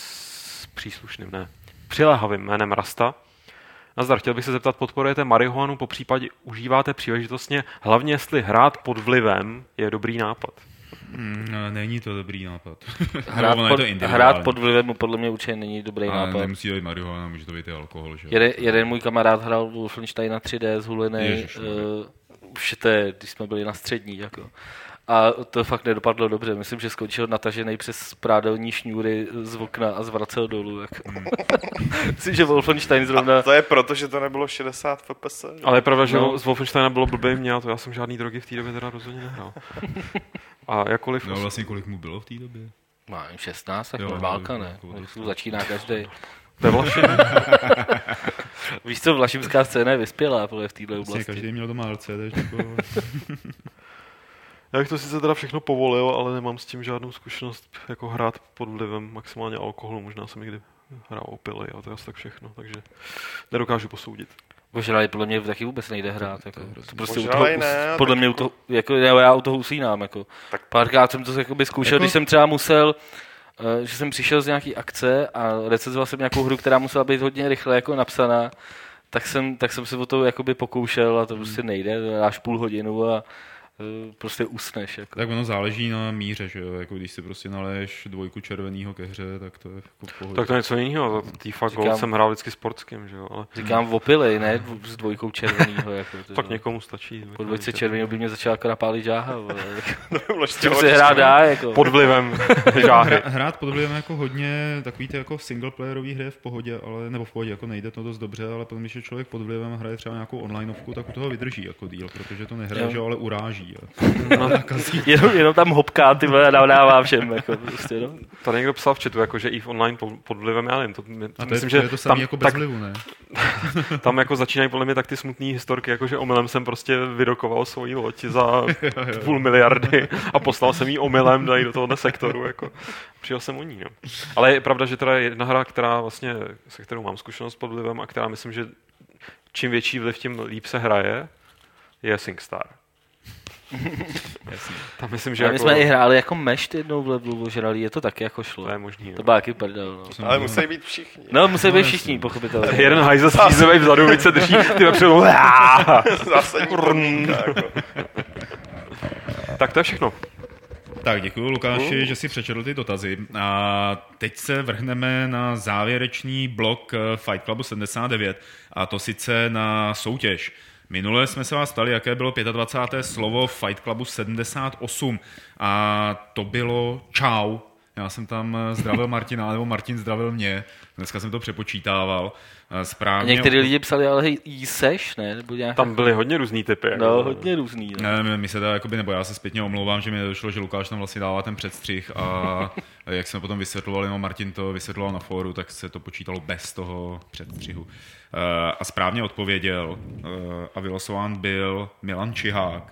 přiléhavým jménem Rasta. Nazdar, chtěl bych se zeptat, podporujete marihuanu, po případě užíváte příležitostně, hlavně jestli hrát pod vlivem je dobrý nápad? Není to dobrý nápad. Hrát pod vlivem podle mě určitě není dobrý nápad. Nemusí to být marihuana, může to být i alkohol. Že? Jeden můj kamarád hrál Wolfensteina 3D zhulený, už když jsme byli na střední. Jako. A to fakt nedopadlo dobře. Myslím, že skončil natažený přes prádelní šňůry z okna a zvracel dolů. Jako. Myslím, že Wolfenstein zrovna... A to je proto, že to nebylo 60 FPS. Ale je pravda, že z Wolfensteina bylo blbý mě a to já jsem žádný drogy v té době teda rozhodně nehrál. A jakkoliv... No vlastně kolik mu bylo v té době? No, 16, tak normálka, ne? Začíná každý. Ve Vlaši? Víš co, vlašimská scéna je vyspělá v této oblasti. Každý měl doma LCD. Já bych to sice teda všechno povolil, ale nemám s tím žádnou zkušenost jako hrát pod vlivem maximálně alkoholu. Možná jsem někdy hrál opily a to je asi tak všechno, takže nedokážu posoudit. Ožralý podle mě taky vůbec nejde hrát. Jako. To prostě Ožralý ne, podle mě jako, já u toho usínám. Jako. Párkrát jsem to zkoušel, když jsem třeba musel, že jsem přišel z nějaký akce a recenzoval jsem nějakou hru, která musela být hodně rychle jako napsaná, tak jsem se o to jakoby pokoušel a to prostě nejde, dáš půl hodinu a prostě usneš. Jako. Tak ono záleží na míře, že jo? Jako když si prostě naleješ 2 červenýho ke hře, tak to je jako v pohodě. Tak to je něco jiného, Tifa Gold jsem hrál vždycky sportským, že jo, ale... Říkám opily, ne s 2 červenýho, jako. Tak někomu stačí. Po 2 červenýho by mě začala jako napálit žáha, S čím se hrát dá, jako. Pod vlivem žáhy. Hrát pod vlivem jako hodně takový ty jako singleplayerový hry je v pohodě, ale nebo v pohodě, jako nejde to dost dobře, ale potom, když je člověk pod vlivem hraje třeba nějakou onlineovku, tak u toho vydrží jako díl, protože to nehraje, že ale uráží. No, jenom tam hopká, ty vole, dává všem, jako prostě, no. Tady někdo psal v chatu, jako, že i v online pod vlivem, já nevím, myslím, že je to samý jako bez vlivu, ne? Tam jako začínají podle mě tak ty smutné historky, jako že omylem jsem prostě vyrokoval svoji loď za 500 miliardy a poslal jsem jí omylem do tohohle sektoru, jako. Přijel jsem o ní, no. Ale je pravda, že teda je jedna hra, která vlastně, se kterou mám zkušenost pod vlivem a která myslím, že čím větší vliv, tím líp se hraje, je SingStar. Tam myslím, že my jako... jsme i hráli jako mešt jednou v levelu ožralý, je to taky jako šlo. To je možný, to bylo jaký prdel, no. Ale musí být všichni. No, musí být všichni, pochopitelně. Jeden hajzl svízovej vzadu, víc se drží, ty vepředu. Zásadní podmínka, jako. Tak to je všechno. Tak děkuji Lukáši, že si přečetl ty dotazy. A teď se vrhneme na závěrečný blok Fight Clubu 79, a to sice na soutěž. Minule jsme se vás ptali, jaké bylo 25. slovo Fight Clubu 78 a to bylo čau. Já jsem tam zdravil Martina, nebo Martin zdravil mě. Dneska jsem to přepočítával. Správně. Některý lidi psali, ale hej, jí seš, ne? Nebo nějak... Tam byly hodně různý typy. No, hodně různý. No. Ne, my se teda, jakoby, nebo já se zpětně omlouvám, že mi došlo, že Lukáš tam vlastně dává ten předstřih a jak jsme potom vysvětlovali, no Martin to vysvětloval na fóru, tak se to počítalo bez toho předstřihu. A správně odpověděl a vylosován byl Milan Čihák.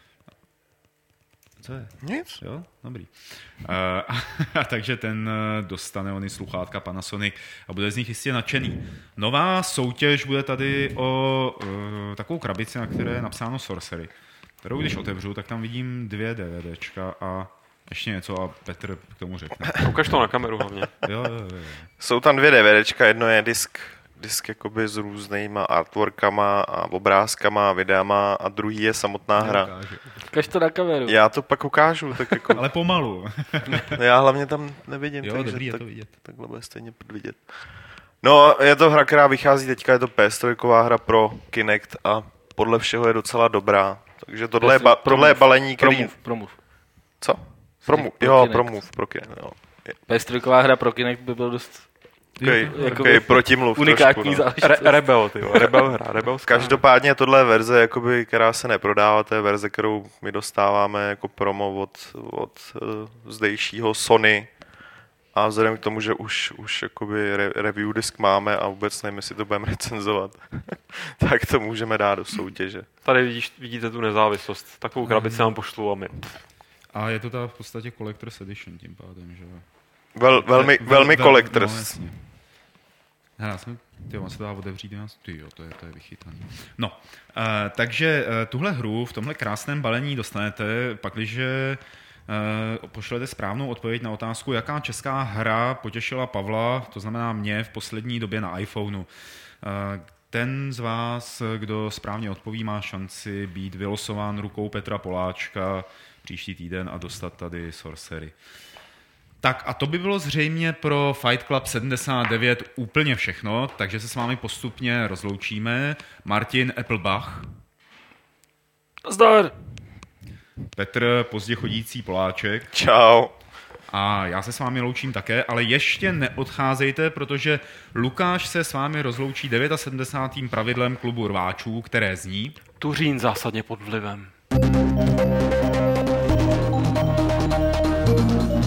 Co je? Nic. Jo, dobrý. Takže ten dostane ony sluchátka Panasonic a bude z nich jistě nadšený. Nová soutěž bude tady o takovou krabici, na které je napsáno Sorcery, kterou když otevřu, tak tam vidím 2 DVDčka a ještě něco a Petr k tomu řekne. Ukaž to na kameru hlavně. Jo. Jsou tam 2 DVDčka, jedno je disk jakoby s různýma artworkama a obrázkama, videama a druhý je samotná hra. Ukaž to na kameru. Já to pak ukážu, tak jako... Ale pomalu. Já hlavně tam nevidím, jo, takže dobrý, je to vidět. Takhle bude stejně vidět. No, je to hra, která vychází teďka, je to PS3 hra pro Kinect a podle všeho je docela dobrá. Takže tohle je balení, který... Promluv. Co? Promluv pro Kinect, jo. PS3 hra pro Kinect by byl dost... Okay, protimluv unikátní trošku, záležitost. Rebel hra, rebelská. Každopádně tohle je verze, jakoby, která se neprodává, to je verze, kterou my dostáváme jako promo od zdejšího Sony. A vzhledem k tomu, že už jakoby review disk máme a vůbec nevím, jestli to budeme recenzovat, tak to můžeme dát do soutěže. Tady vidíte tu nezávislost. Takovou krabici nám pošlu a my. A je to ta v podstatě Collector's Edition tím pádem, že jo? Velmi Collectors. No, jasně. On se to dá otevřít, to je vychytaný. No, takže tuhle hru v tomhle krásném balení dostanete, pakliže pošlete správnou odpověď na otázku, jaká česká hra potěšila Pavla, to znamená mě, v poslední době na iPhoneu. Ten z vás, kdo správně odpoví, má šanci být vylosován rukou Petra Poláčka příští týden a dostat tady Sorcery. Tak a to by bylo zřejmě pro Fight Club 79 úplně všechno, takže se s vámi postupně rozloučíme. Martin Applebach. Zdar! Petr Pozdě chodící Poláček. Čau. A já se s vámi loučím také, ale ještě neodcházejte, protože Lukáš se s vámi rozloučí 79. pravidlem klubu rváčů, které zní... Tuřín zásadně pod vlivem.